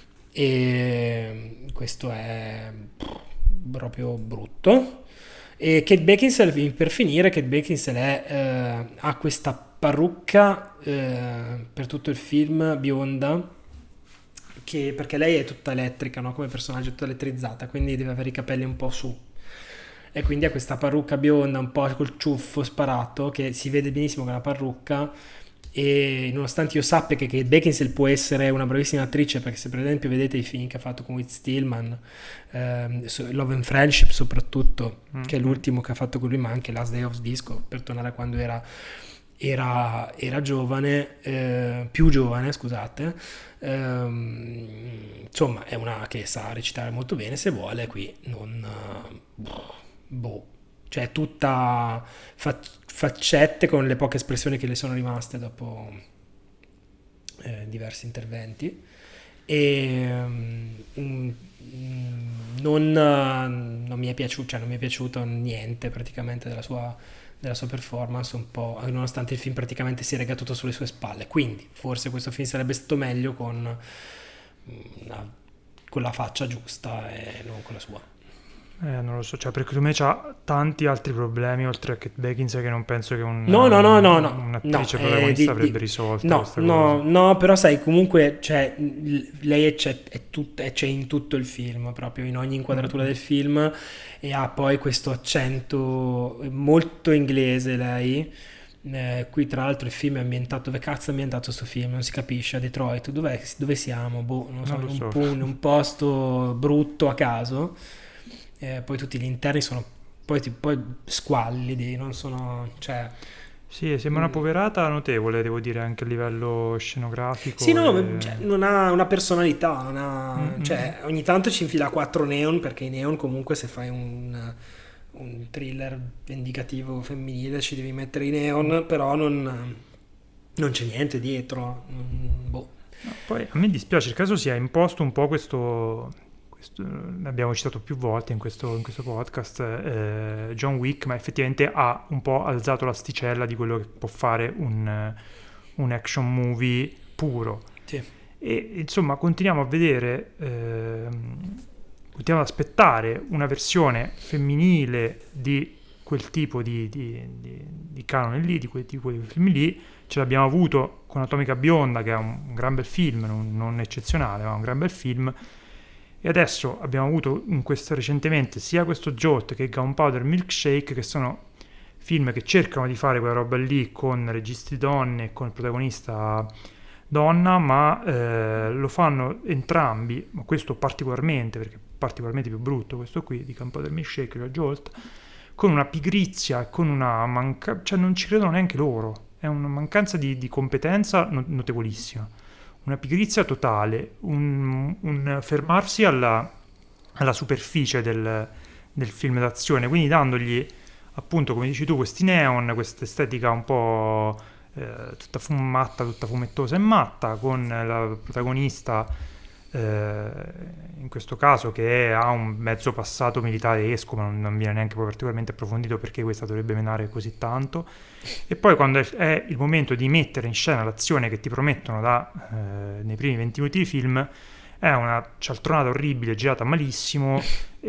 E questo è proprio brutto. E Kate Beckinsale, per finire, ha questa parrucca per tutto il film bionda, perché lei è tutta elettrica, no? Come personaggio, tutta elettrizzata, quindi deve avere i capelli un po' su, e quindi ha questa parrucca bionda un po' col ciuffo sparato, che si vede benissimo che è una parrucca. E nonostante io sappia che Kate Beckinsale può essere una bravissima attrice, perché se per esempio vedete i film che ha fatto con Whit Stillman, Love and Friendship soprattutto, che è l'ultimo che ha fatto con lui, ma anche Last Day of Disco, per tornare a quando era giovane, più giovane, scusate, insomma è una che sa recitare molto bene se vuole. Qui non cioè tutta faccette con le poche espressioni che le sono rimaste dopo diversi interventi, e non mi è piaciuto niente praticamente della sua performance, un po', nonostante il film praticamente si rega tutto sulle sue spalle. Quindi forse questo film sarebbe stato meglio con la faccia giusta e non con la sua. Non lo so, cioè, perché secondo me c'ha tanti altri problemi oltre a Kate Beckinsale, che non penso che un'attrice protagonista avrebbe risolto questa cosa. No, però sai, comunque lei c'è in tutto il film, proprio in ogni inquadratura del film, e ha poi questo accento molto inglese lei, Qui tra l'altro il film è ambientato, dove cazzo è ambientato sto film? Non si capisce, a Detroit, dove siamo? Boh, non so, in un posto brutto a caso, poi tutti gli interni sono poi squallidi, non sono, cioè... Sì, sembra una poverata notevole, devo dire, anche a livello scenografico. Sì, no, cioè, non ha una personalità, non ha, cioè, ogni tanto ci infila 4 neon, perché i neon comunque se fai un thriller vendicativo femminile ci devi mettere i neon, però non c'è niente dietro. Boh. No, poi a me dispiace, il caso si è imposto un po' questo l'abbiamo citato più volte in questo podcast, John Wick, ma effettivamente ha un po' alzato l'asticella di quello che può fare un action movie puro. Sì. E insomma continuiamo a vedere, continuiamo ad aspettare una versione femminile di quel tipo di canone lì, di quei film lì. Ce l'abbiamo avuto con Atomica Bionda, che è un gran bel film, non eccezionale, ma un gran bel film. E adesso abbiamo avuto recentemente sia questo Jolt che Gunpowder Milkshake, che sono film che cercano di fare quella roba lì con registi donne e con il protagonista donna, ma lo fanno entrambi, ma questo particolarmente, perché è particolarmente più brutto questo qui di Gunpowder Milkshake, la Jolt, con una pigrizia e con una cioè non ci credono neanche loro, è una mancanza di competenza notevolissima. Una pigrizia totale, un fermarsi alla superficie del film d'azione, quindi dandogli, appunto, come dici tu, questi neon, questa estetica un po' tutta fumatta, tutta fumettosa e matta, con la protagonista, in questo caso, che ha un mezzo passato militaresco, ma non viene neanche poi particolarmente approfondito perché questa dovrebbe menare così tanto. E poi quando è il momento di mettere in scena l'azione che ti promettono nei primi 20 minuti di film, è una cialtronata orribile, girata malissimo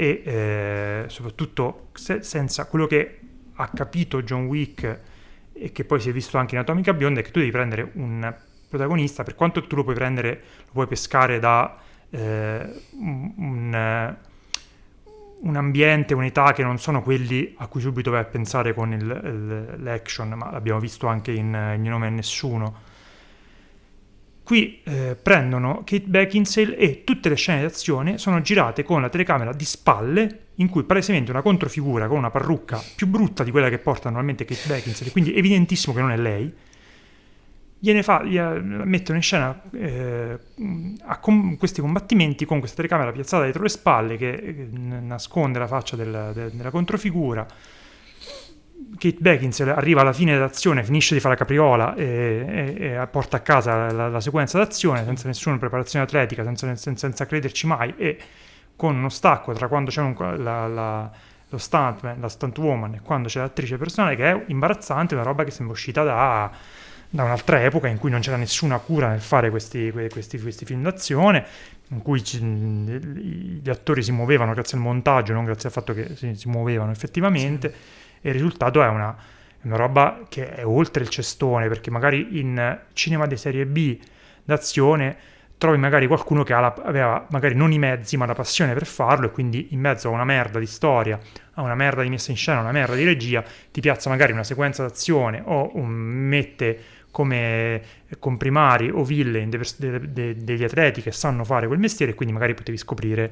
e soprattutto senza quello che ha capito John Wick, e che poi si è visto anche in Atomica Bionda, è che tu devi prendere un protagonista, per quanto tu lo puoi prendere, lo puoi pescare da un ambiente, un'età che non sono quelli a cui subito vai a pensare con l'action, ma l'abbiamo visto anche in Il nome a nessuno. Qui prendono Kate Beckinsale e tutte le scene d'azione sono girate con la telecamera di spalle, in cui palesemente una controfigura con una parrucca più brutta di quella che porta normalmente Kate Beckinsale, quindi evidentissimo che non è lei. Mettono in scena questi combattimenti con questa telecamera piazzata dietro le spalle che nasconde la faccia della controfigura. Kate Beckinsale arriva alla fine dell'azione, finisce di fare la capriola e porta a casa la sequenza d'azione senza nessuna preparazione atletica, senza crederci mai, e con uno stacco tra quando c'è lo stuntman, la stuntwoman, e quando c'è l'attrice personale, che è imbarazzante, una roba che sembra uscita da un'altra epoca in cui non c'era nessuna cura nel fare questi film d'azione, in cui gli attori si muovevano grazie al montaggio, non grazie al fatto che si muovevano effettivamente. Sì. E il risultato è una roba che è oltre il cestone, perché magari in cinema di serie B d'azione trovi magari qualcuno che aveva magari non i mezzi ma la passione per farlo, e quindi in mezzo a una merda di storia, a una merda di messa in scena, a una merda di regia, ti piazza magari una sequenza d'azione o mette come comprimari o villain degli atleti che sanno fare quel mestiere, e quindi magari potevi scoprire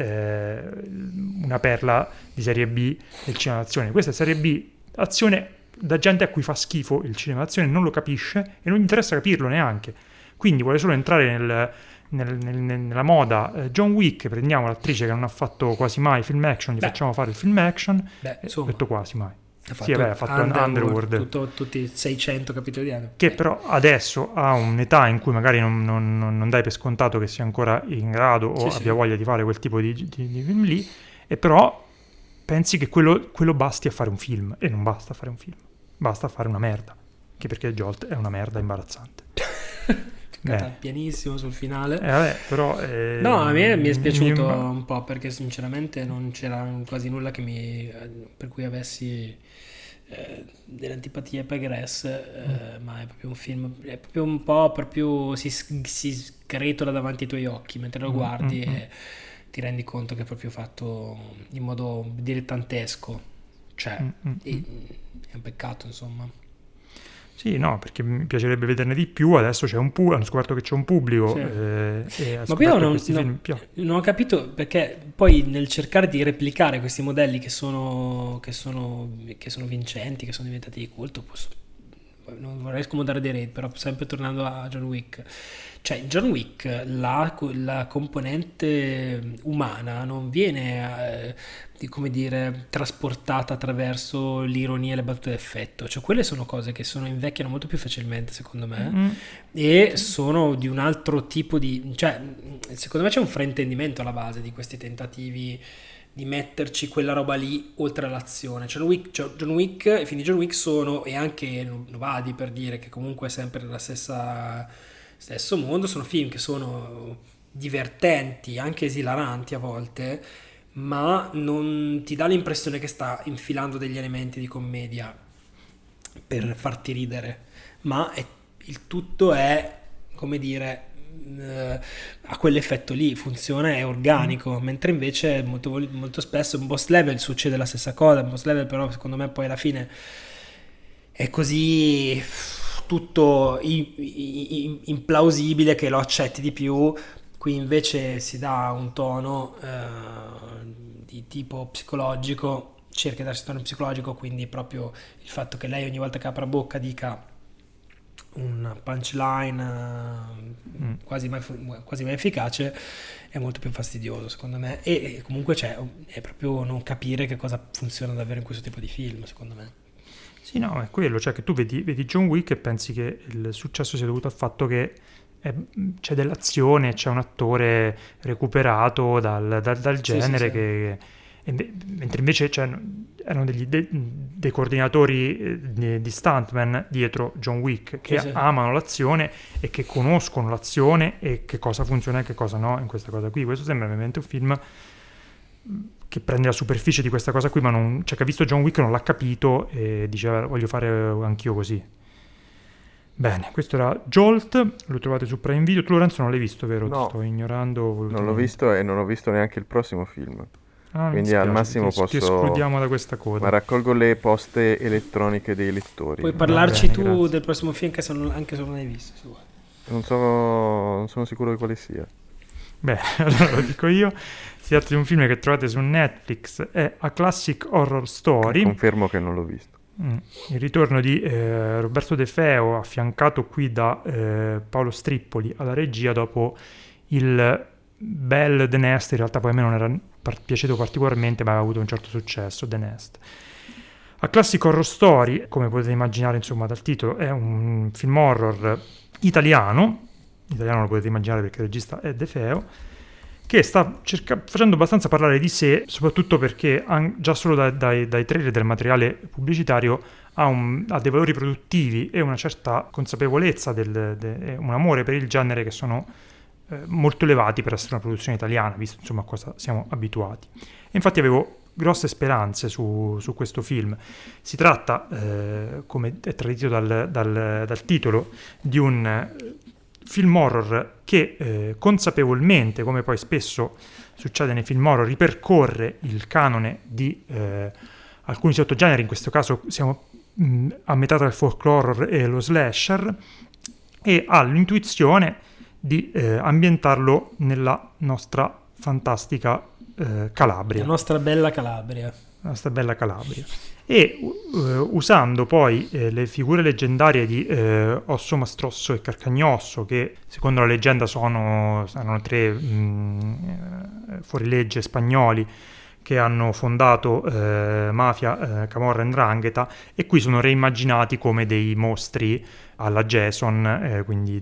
una perla di serie B del cinema d'azione. Questa è serie B azione da gente a cui fa schifo il cinema d'azione, non lo capisce e non gli interessa capirlo neanche, quindi vuole solo entrare nella moda. John Wick, prendiamo l'attrice che non ha fatto quasi mai film action, gli facciamo fare il film action. Ho detto quasi mai. Ha fatto Underworld, tutti i 600 capitoli di anno. Che però adesso ha un'età in cui magari non dai per scontato che sia ancora in grado o abbia voglia di fare quel tipo di film lì, e però pensi che quello basti a fare un film, e non basta fare un film, basta fare una merda, che perché Jolt è una merda imbarazzante. Pianissimo sul finale. Però no, a me mi è spiaciuto un po', perché sinceramente non c'era quasi nulla per cui avessi delle antipatie per Gress, ma è proprio un film, è proprio un po' proprio si sgretola davanti ai tuoi occhi mentre lo guardi e ti rendi conto che è proprio fatto in modo dilettantesco, cioè è un peccato, insomma. Sì, no, perché mi piacerebbe vederne di più, adesso c'è hanno scoperto che c'è un pubblico, Sì. e Ma poi non ho capito perché poi nel cercare di replicare questi modelli che sono vincenti, che sono diventati di culto, non vorrei scomodare dei rate, però sempre tornando a John Wick, cioè in John Wick la componente umana non viene come dire trasportata attraverso l'ironia e le battute d'effetto, cioè quelle sono cose che invecchiano molto più facilmente secondo me, e sono di un altro tipo cioè secondo me c'è un fraintendimento alla base di questi tentativi di metterci quella roba lì oltre all'azione. John Wick, i film di John Wick sono, e anche Nobody, per dire, che comunque è sempre la stesso mondo, sono film che sono divertenti, anche esilaranti a volte, ma non ti dà l'impressione che sta infilando degli elementi di commedia per farti ridere, ma il tutto è, come dire, a quell'effetto lì, funziona, è organico, mentre invece molto spesso in Boss Level succede la stessa cosa. In Boss Level però secondo me poi alla fine è così tutto implausibile che lo accetti di più. Qui invece si dà un tono di tipo psicologico, cerca di darsi un tono psicologico, quindi proprio il fatto che lei ogni volta che apre bocca dica un punchline quasi mai efficace è molto più fastidioso secondo me, e comunque è proprio non capire che cosa funziona davvero in questo tipo di film, secondo me. Sì, no, è quello, cioè che tu vedi John Wick e pensi che il successo sia dovuto al fatto che c'è dell'azione, c'è un attore recuperato dal genere, sì. Mentre invece erano dei coordinatori di stuntman dietro John Wick che amano l'azione e che conoscono l'azione e che cosa funziona e che cosa no in questa cosa qui. Questo sembra veramente un film che prende la superficie di questa cosa qui, ma che ha visto John Wick non l'ha capito e diceva voglio fare anch'io così. Bene, questo era Jolt, lo trovate su Prime Video. Tu, Lorenzo, non l'hai visto, vero? No, ti sto ignorando. Non l'ho visto, e non ho visto neanche il prossimo film. Quindi al massimo ti escludiamo da questa coda. Ma raccolgo le poste elettroniche dei lettori. Puoi parlarci tu del prossimo film, anche se non l'hai visto, se vuoi. Non sono sicuro di quale sia. Beh, allora lo dico io. Si tratta di un film che trovate su Netflix, è A Classic Horror Story. Confermo che non l'ho visto. Il ritorno di Roberto De Feo, affiancato qui da Paolo Strippoli alla regia, dopo il bel The Nest. In realtà poi a me non era piaciuto particolarmente, ma aveva avuto un certo successo, The Nest. A Classic Horror Story, come potete immaginare insomma dal titolo, è un film horror italiano lo potete immaginare perché il regista è De Feo, che sta facendo abbastanza parlare di sé, soprattutto perché già solo dai trailer del materiale pubblicitario ha dei valori produttivi e una certa consapevolezza, un amore per il genere che sono molto elevati per essere una produzione italiana, visto insomma a cosa siamo abituati. E infatti avevo grosse speranze su questo film. Si tratta, come è tradito dal titolo, di un film horror che consapevolmente, come poi spesso succede nei film horror, ripercorre il canone di alcuni sottogeneri. In questo caso siamo a metà tra il folk horror e lo slasher, e ha l'intuizione di ambientarlo nella nostra fantastica Calabria. La nostra bella Calabria. E usando poi le figure leggendarie di Osso Mastrosso e Carcagnosso, che secondo la leggenda erano tre fuorilegge spagnoli che hanno fondato mafia, camorra e 'ndrangheta, e qui sono reimmaginati come dei mostri alla Jason, quindi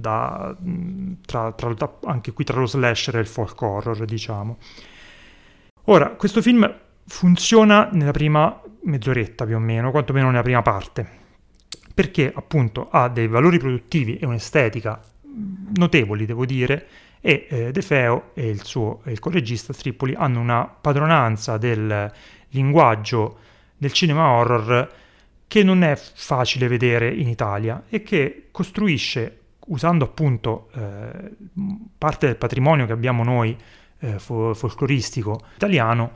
anche qui tra lo slasher e il folk horror, diciamo. Ora, questo film funziona nella prima mezz'oretta più o meno, quantomeno nella prima parte, perché appunto ha dei valori produttivi e un'estetica notevoli, devo dire, e De Feo e il co-regista Strippoli hanno una padronanza del linguaggio del cinema horror che non è facile vedere in Italia e che costruisce, usando appunto parte del patrimonio che abbiamo noi folcloristico italiano,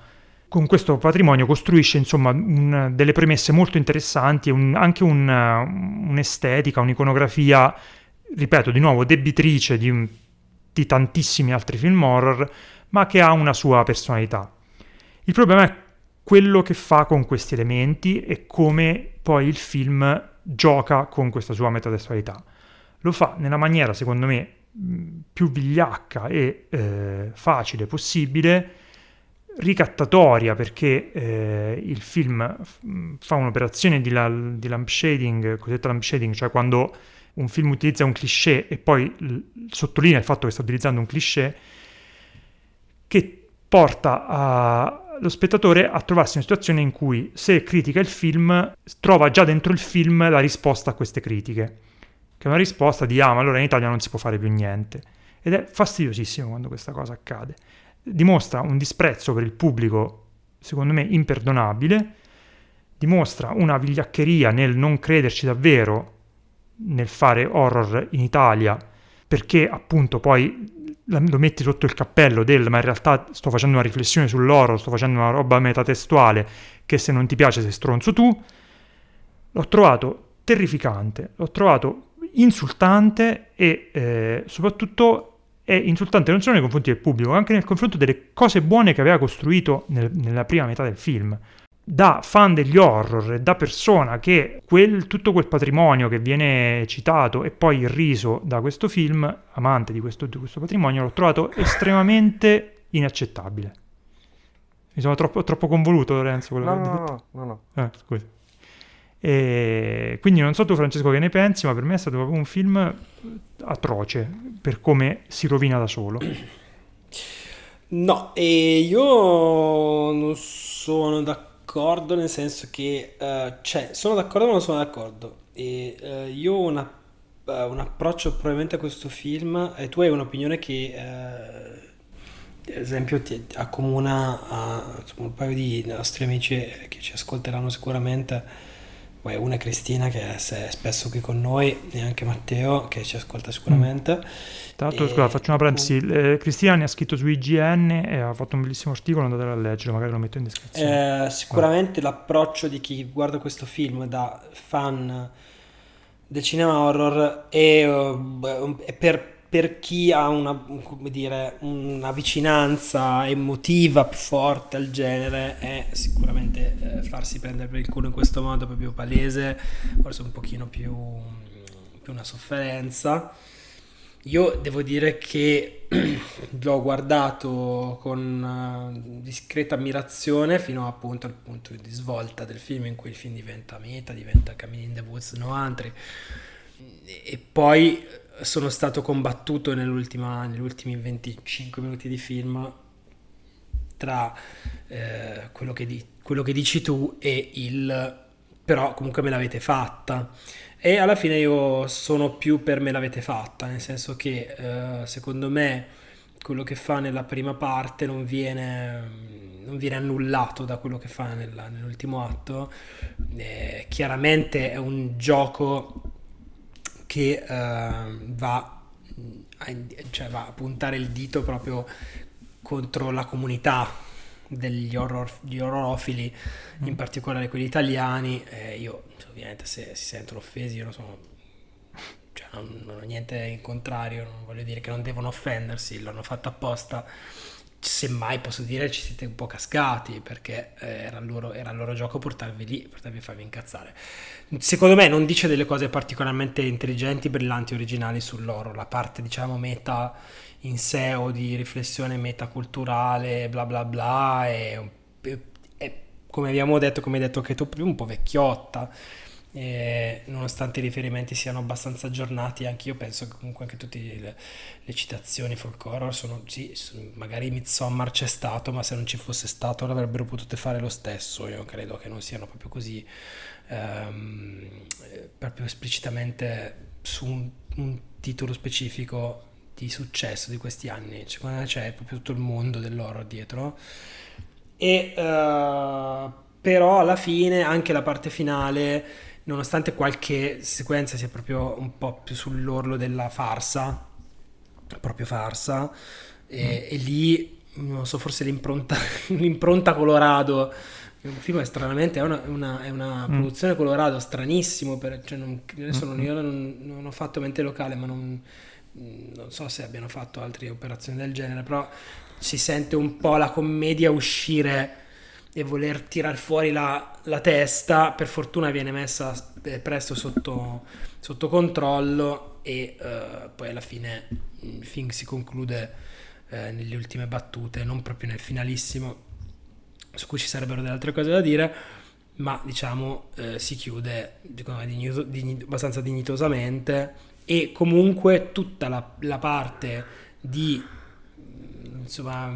con questo patrimonio costruisce insomma delle premesse molto interessanti e anche un'estetica, un'iconografia, ripeto di nuovo, debitrice di tantissimi altri film horror, ma che ha una sua personalità. Il problema è quello che fa con questi elementi e come poi il film gioca con questa sua metatestualità. Lo fa nella maniera, secondo me, più vigliacca e facile possibile, ricattatoria, perché il film fa un'operazione di lampshading, cosiddetta lampshading, cioè quando un film utilizza un cliché e poi sottolinea il fatto che sta utilizzando un cliché, che porta lo spettatore a trovarsi in una situazione in cui, se critica il film, trova già dentro il film la risposta a queste critiche, che è una risposta di ma allora in Italia non si può fare più niente, ed è fastidiosissimo quando questa cosa accade. Dimostra un disprezzo per il pubblico, secondo me, imperdonabile, dimostra una vigliaccheria nel non crederci davvero nel fare horror in Italia, perché appunto poi lo metti sotto il cappello ma in realtà sto facendo una riflessione sull'horror, sto facendo una roba metatestuale che se non ti piace sei stronzo tu. L'ho trovato terrificante, l'ho trovato insultante e soprattutto è insultante non solo nei confronti del pubblico, ma anche nel confronto delle cose buone che aveva costruito nella prima metà del film. Da fan degli horror e da persona che tutto quel patrimonio che viene citato e poi irriso da questo film, amante di questo patrimonio, l'ho trovato estremamente inaccettabile. Mi sono troppo convoluto, Lorenzo, quello che ho detto. No. Scusa. E quindi non so tu, Francesco, che ne pensi, ma per me è stato proprio un film atroce per come si rovina da solo. No, e io non sono d'accordo, nel senso che sono d'accordo ma non sono d'accordo. E io ho un approccio probabilmente a questo film, e tu hai un'opinione che ad esempio ti accomuna insomma, un paio di nostri amici che ci ascolteranno sicuramente. Una è Cristina, che è spesso qui con noi, e anche Matteo, che ci ascolta sicuramente. Tra l'altro, scusa, faccio una parentesi. Cristina ne ha scritto su IGN e ha fatto un bellissimo articolo, andatelo a leggere, magari lo metto in descrizione. Sicuramente l'approccio di chi guarda questo film da fan del cinema horror è per chi ha una vicinanza emotiva più forte al genere, è sicuramente farsi prendere per il culo in questo modo proprio palese, forse un pochino più una sofferenza. Io devo dire che l'ho guardato con discreta ammirazione fino appunto al punto di svolta del film, in cui il film diventa meta, diventa Cabin in the Woods, no altri, e poi sono stato combattuto negli ultimi 25 minuti di film tra quello che dici tu e però comunque me l'avete fatta, e alla fine io sono più per me l'avete fatta, nel senso che secondo me quello che fa nella prima parte non viene annullato da quello che fa nell'ultimo atto. Chiaramente è un gioco che va a puntare il dito proprio contro la comunità degli horrorofili, in particolare quelli italiani. Io ovviamente, se si sentono offesi, io non ho niente in contrario, non voglio dire che non devono offendersi, l'hanno fatto apposta. Semmai posso dire ci siete un po' cascati, perché era il loro gioco portarvi lì, portarvi a farvi incazzare. Secondo me non dice delle cose particolarmente intelligenti, brillanti, originali sull'horror. La parte meta in sé, o di riflessione metaculturale, bla bla bla, è come abbiamo detto, come hai detto che tu, un po' vecchiotta. Nonostante i riferimenti siano abbastanza aggiornati, anche io penso che comunque anche tutte le citazioni folk horror magari Midsommar c'è stato, ma se non ci fosse stato l'avrebbero potuto fare lo stesso. Io credo che non siano proprio così proprio esplicitamente su un titolo specifico di successo di questi anni. Secondo me c'è proprio tutto il mondo dell'horror dietro, e però alla fine anche la parte finale, nonostante qualche sequenza sia proprio un po' più sull'orlo della farsa, proprio farsa, e lì non so, forse l'impronta Colorado. Il film è stranamente è una produzione Colorado stranissimo, cioè adesso io non ho fatto mente locale, ma non so se abbiano fatto altre operazioni del genere, però si sente un po' la commedia uscire e voler tirar fuori la testa. Per fortuna viene messa presto sotto controllo e poi alla fine il film si conclude nelle ultime battute, non proprio nel finalissimo, su cui ci sarebbero delle altre cose da dire, ma diciamo si chiude secondo me abbastanza dignitosamente. E comunque tutta la parte di insomma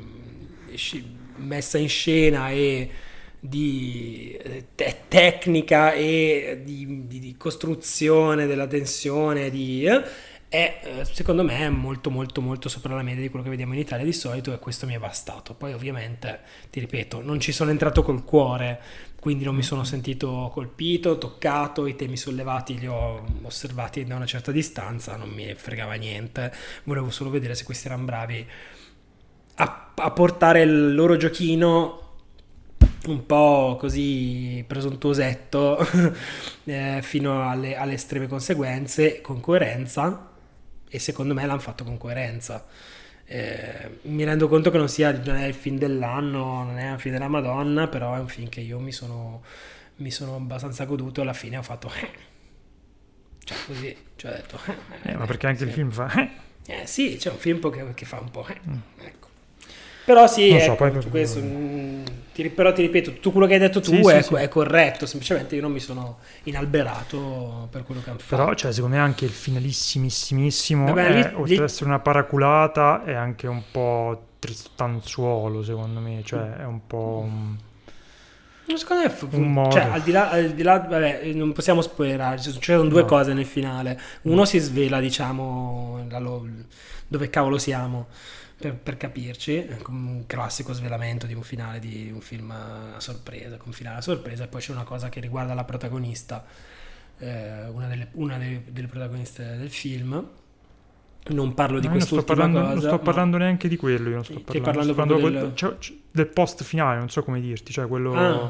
messa in scena e di tecnica e di costruzione della tensione è secondo me molto molto molto sopra la media di quello che vediamo in Italia di solito, e questo mi è bastato. Poi ovviamente, ti ripeto, non ci sono entrato col cuore, quindi non mi sono sentito colpito, toccato, i temi sollevati li ho osservati da una certa distanza, non mi fregava niente, volevo solo vedere se questi erano bravi a portare il loro giochino un po' così presuntuosetto fino alle estreme conseguenze, con coerenza, e secondo me l'hanno fatto con coerenza. Mi rendo conto che non è il film dell'anno, non è un film della Madonna, però è un film che io mi sono abbastanza goduto. Alla fine ho fatto cioè così, cioè ho detto ma perché anche sì. Il film fa sì, c'è un film che fa un po' ecco. Però sì, non so, ecco, poi questo, però ti ripeto, tutto quello che hai detto tu è corretto, semplicemente io non mi sono inalberato per quello che hanno fatto. Però, cioè, secondo me anche il finalissimissimo Vabbè, oltre ad essere una paraculata, è anche un po' tristanzuolo, secondo me, cioè è un po' secondo me un modo. Cioè, al di là vabbè, non possiamo spoilerare, succedono due cose nel finale. Uno si svela, diciamo, dove cavolo siamo, per capirci, come un classico svelamento di un finale di un film a sorpresa, con finale a sorpresa. E poi c'è una cosa che riguarda la protagonista, una delle protagoniste del film. Non parlo di quest'ultima cosa. Non sto parlando neanche di quello, io non sto parlando del post finale, non so come dirti, cioè quello...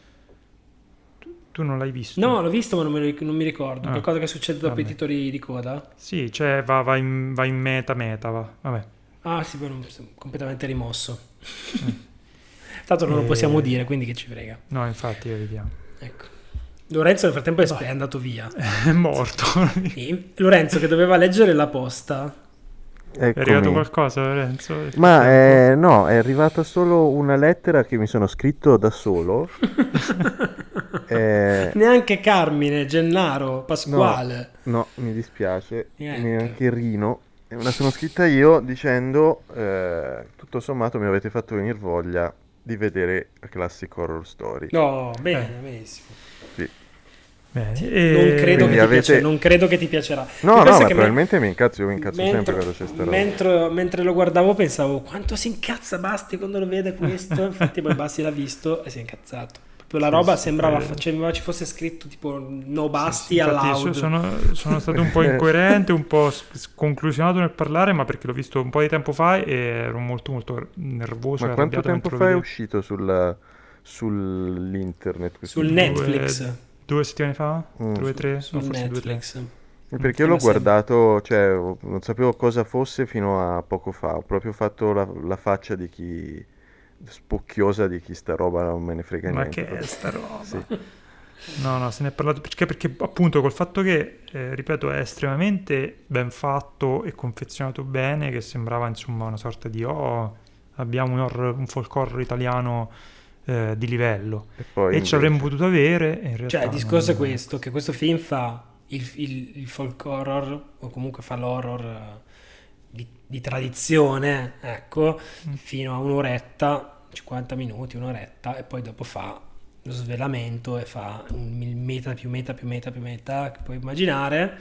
Tu non l'hai visto? No, l'ho visto, ma non mi ricordo. Qualcosa che succede dopo i titoli di coda? Sì, cioè va in meta, vabbè. Ah sì, poi completamente rimosso. Tanto non lo possiamo dire, quindi che ci frega. No, infatti, vediamo. Ecco. Lorenzo nel frattempo è andato via. È morto. E Lorenzo che doveva leggere la posta. Eccomi. È arrivato qualcosa, Lorenzo? Ma no, è arrivata solo una lettera che mi sono scritto da solo. Neanche Carmine, Gennaro, Pasquale. No, mi dispiace. Neanche Rino. Me la sono scritta io dicendo tutto sommato mi avete fatto venire voglia di vedere a Classic Horror Story. No, bene, benissimo. Sì. Bene. Non credo che ti piacerà. No, ma probabilmente mi incazzo sempre quando c'è sta roba. Mentre lo guardavo pensavo quanto si incazza Basti quando lo vede questo. Infatti poi Basti l'ha visto e si è incazzato. Proprio la roba sembrava ci fosse scritto tipo no Basti all'audio. Sono stato un po' incoerente, un po' sconclusionato nel parlare, ma perché l'ho visto un po' di tempo fa e ero molto molto nervoso. Ma quanto tempo fa è uscito sull'internet? Sul Netflix? 2 settimane fa? 2 3? Su Netflix. Perché io l'ho guardato, cioè non sapevo cosa fosse fino a poco fa. Ho proprio fatto la faccia di chi spocchiosa, di chi sta roba non me ne frega niente. Ma che è sta roba? Sì. No, se ne è parlato perché appunto col fatto che, ripeto, è estremamente ben fatto e confezionato bene, che sembrava insomma una sorta di abbiamo un folk horror italiano di livello e ci avremmo potuto avere, in realtà cioè il discorso è questo, che questo film fa il folk horror, o comunque fa l'horror di tradizione, ecco, fino a un'oretta, 50 minuti, un'oretta, e poi dopo fa lo svelamento e fa un meta più meta più meta più meta che puoi immaginare.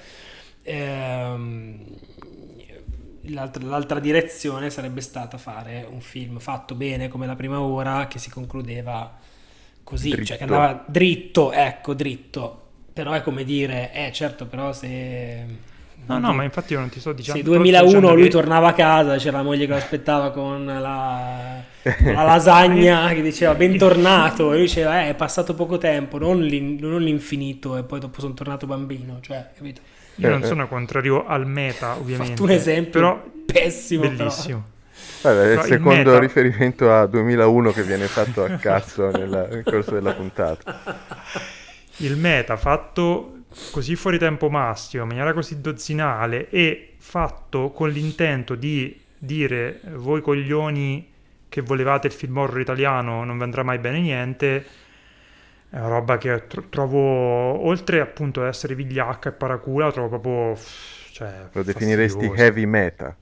L'altra direzione sarebbe stata fare un film fatto bene come La prima ora, che si concludeva così, dritto. Cioè che andava dritto, ecco, dritto. Però è come dire, certo, però se No, ma infatti io non ti sto dicendo. Sì, 2001 lui tornava a casa, c'era la moglie che lo aspettava con la lasagna che diceva bentornato, e lui diceva è passato poco tempo, non l'infinito, e poi dopo sono tornato bambino, cioè, capito? Io non sono contrario al meta, ovviamente. Ho fatto un esempio però pessimo, bellissimo. Vabbè, è il Però secondo meta... riferimento a 2001 che viene fatto a cazzo nel corso della puntata. Il meta fatto così fuori tempo massimo, in maniera così dozzinale, e fatto con l'intento di dire voi coglioni che volevate il film horror italiano non vendrà mai bene niente, è una roba che trovo, oltre appunto ad essere vigliacca e paracula, trovo proprio, cioè, lo definiresti fastidioso. heavy meta.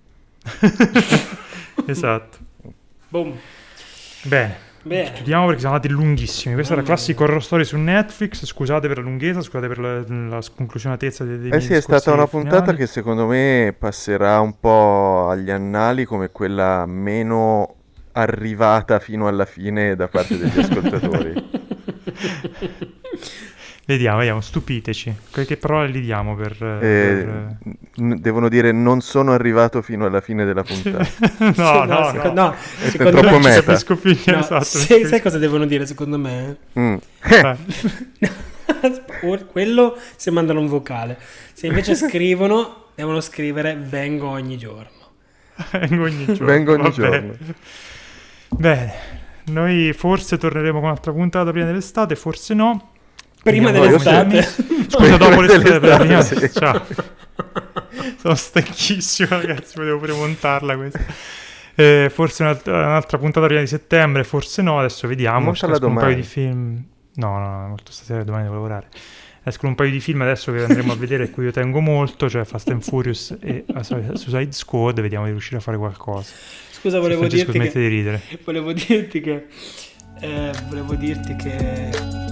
Esatto. Boom. Bene. Chiudiamo perché siamo andati lunghissimi. Questa era classico horror story su Netflix. Scusate per la lunghezza, scusate per la sconclusionatezza dei miei Sì, è stata una puntata che secondo me passerà un po' agli annali come quella meno arrivata fino alla fine da parte degli ascoltatori. Vediamo, stupiteci. Che parole gli diamo devono dire non sono arrivato fino alla fine della puntata. No, è troppo meta. Esatto, sai cosa devono dire secondo me? Quello se mandano un vocale. Se invece scrivono, devono scrivere vengo ogni giorno. Vengo ogni giorno. Bene, noi forse torneremo con un'altra puntata prima dell'estate, forse no. Prima dell'estate. Scusa, dopo l'estate. Prima... Sì. Ciao. Sono stanchissimo, ragazzi, devo pure montarla questa. Forse un'altra puntata prima di settembre, forse no, adesso vediamo. Escono un paio di film. No, molto stasera, domani devo lavorare. Escono un paio di film adesso che andremo a vedere, a cui io tengo molto, cioè Fast and Furious e Suicide Squad, vediamo di riuscire a fare qualcosa. Scusa, volevo dirti di ridere. Volevo dirti che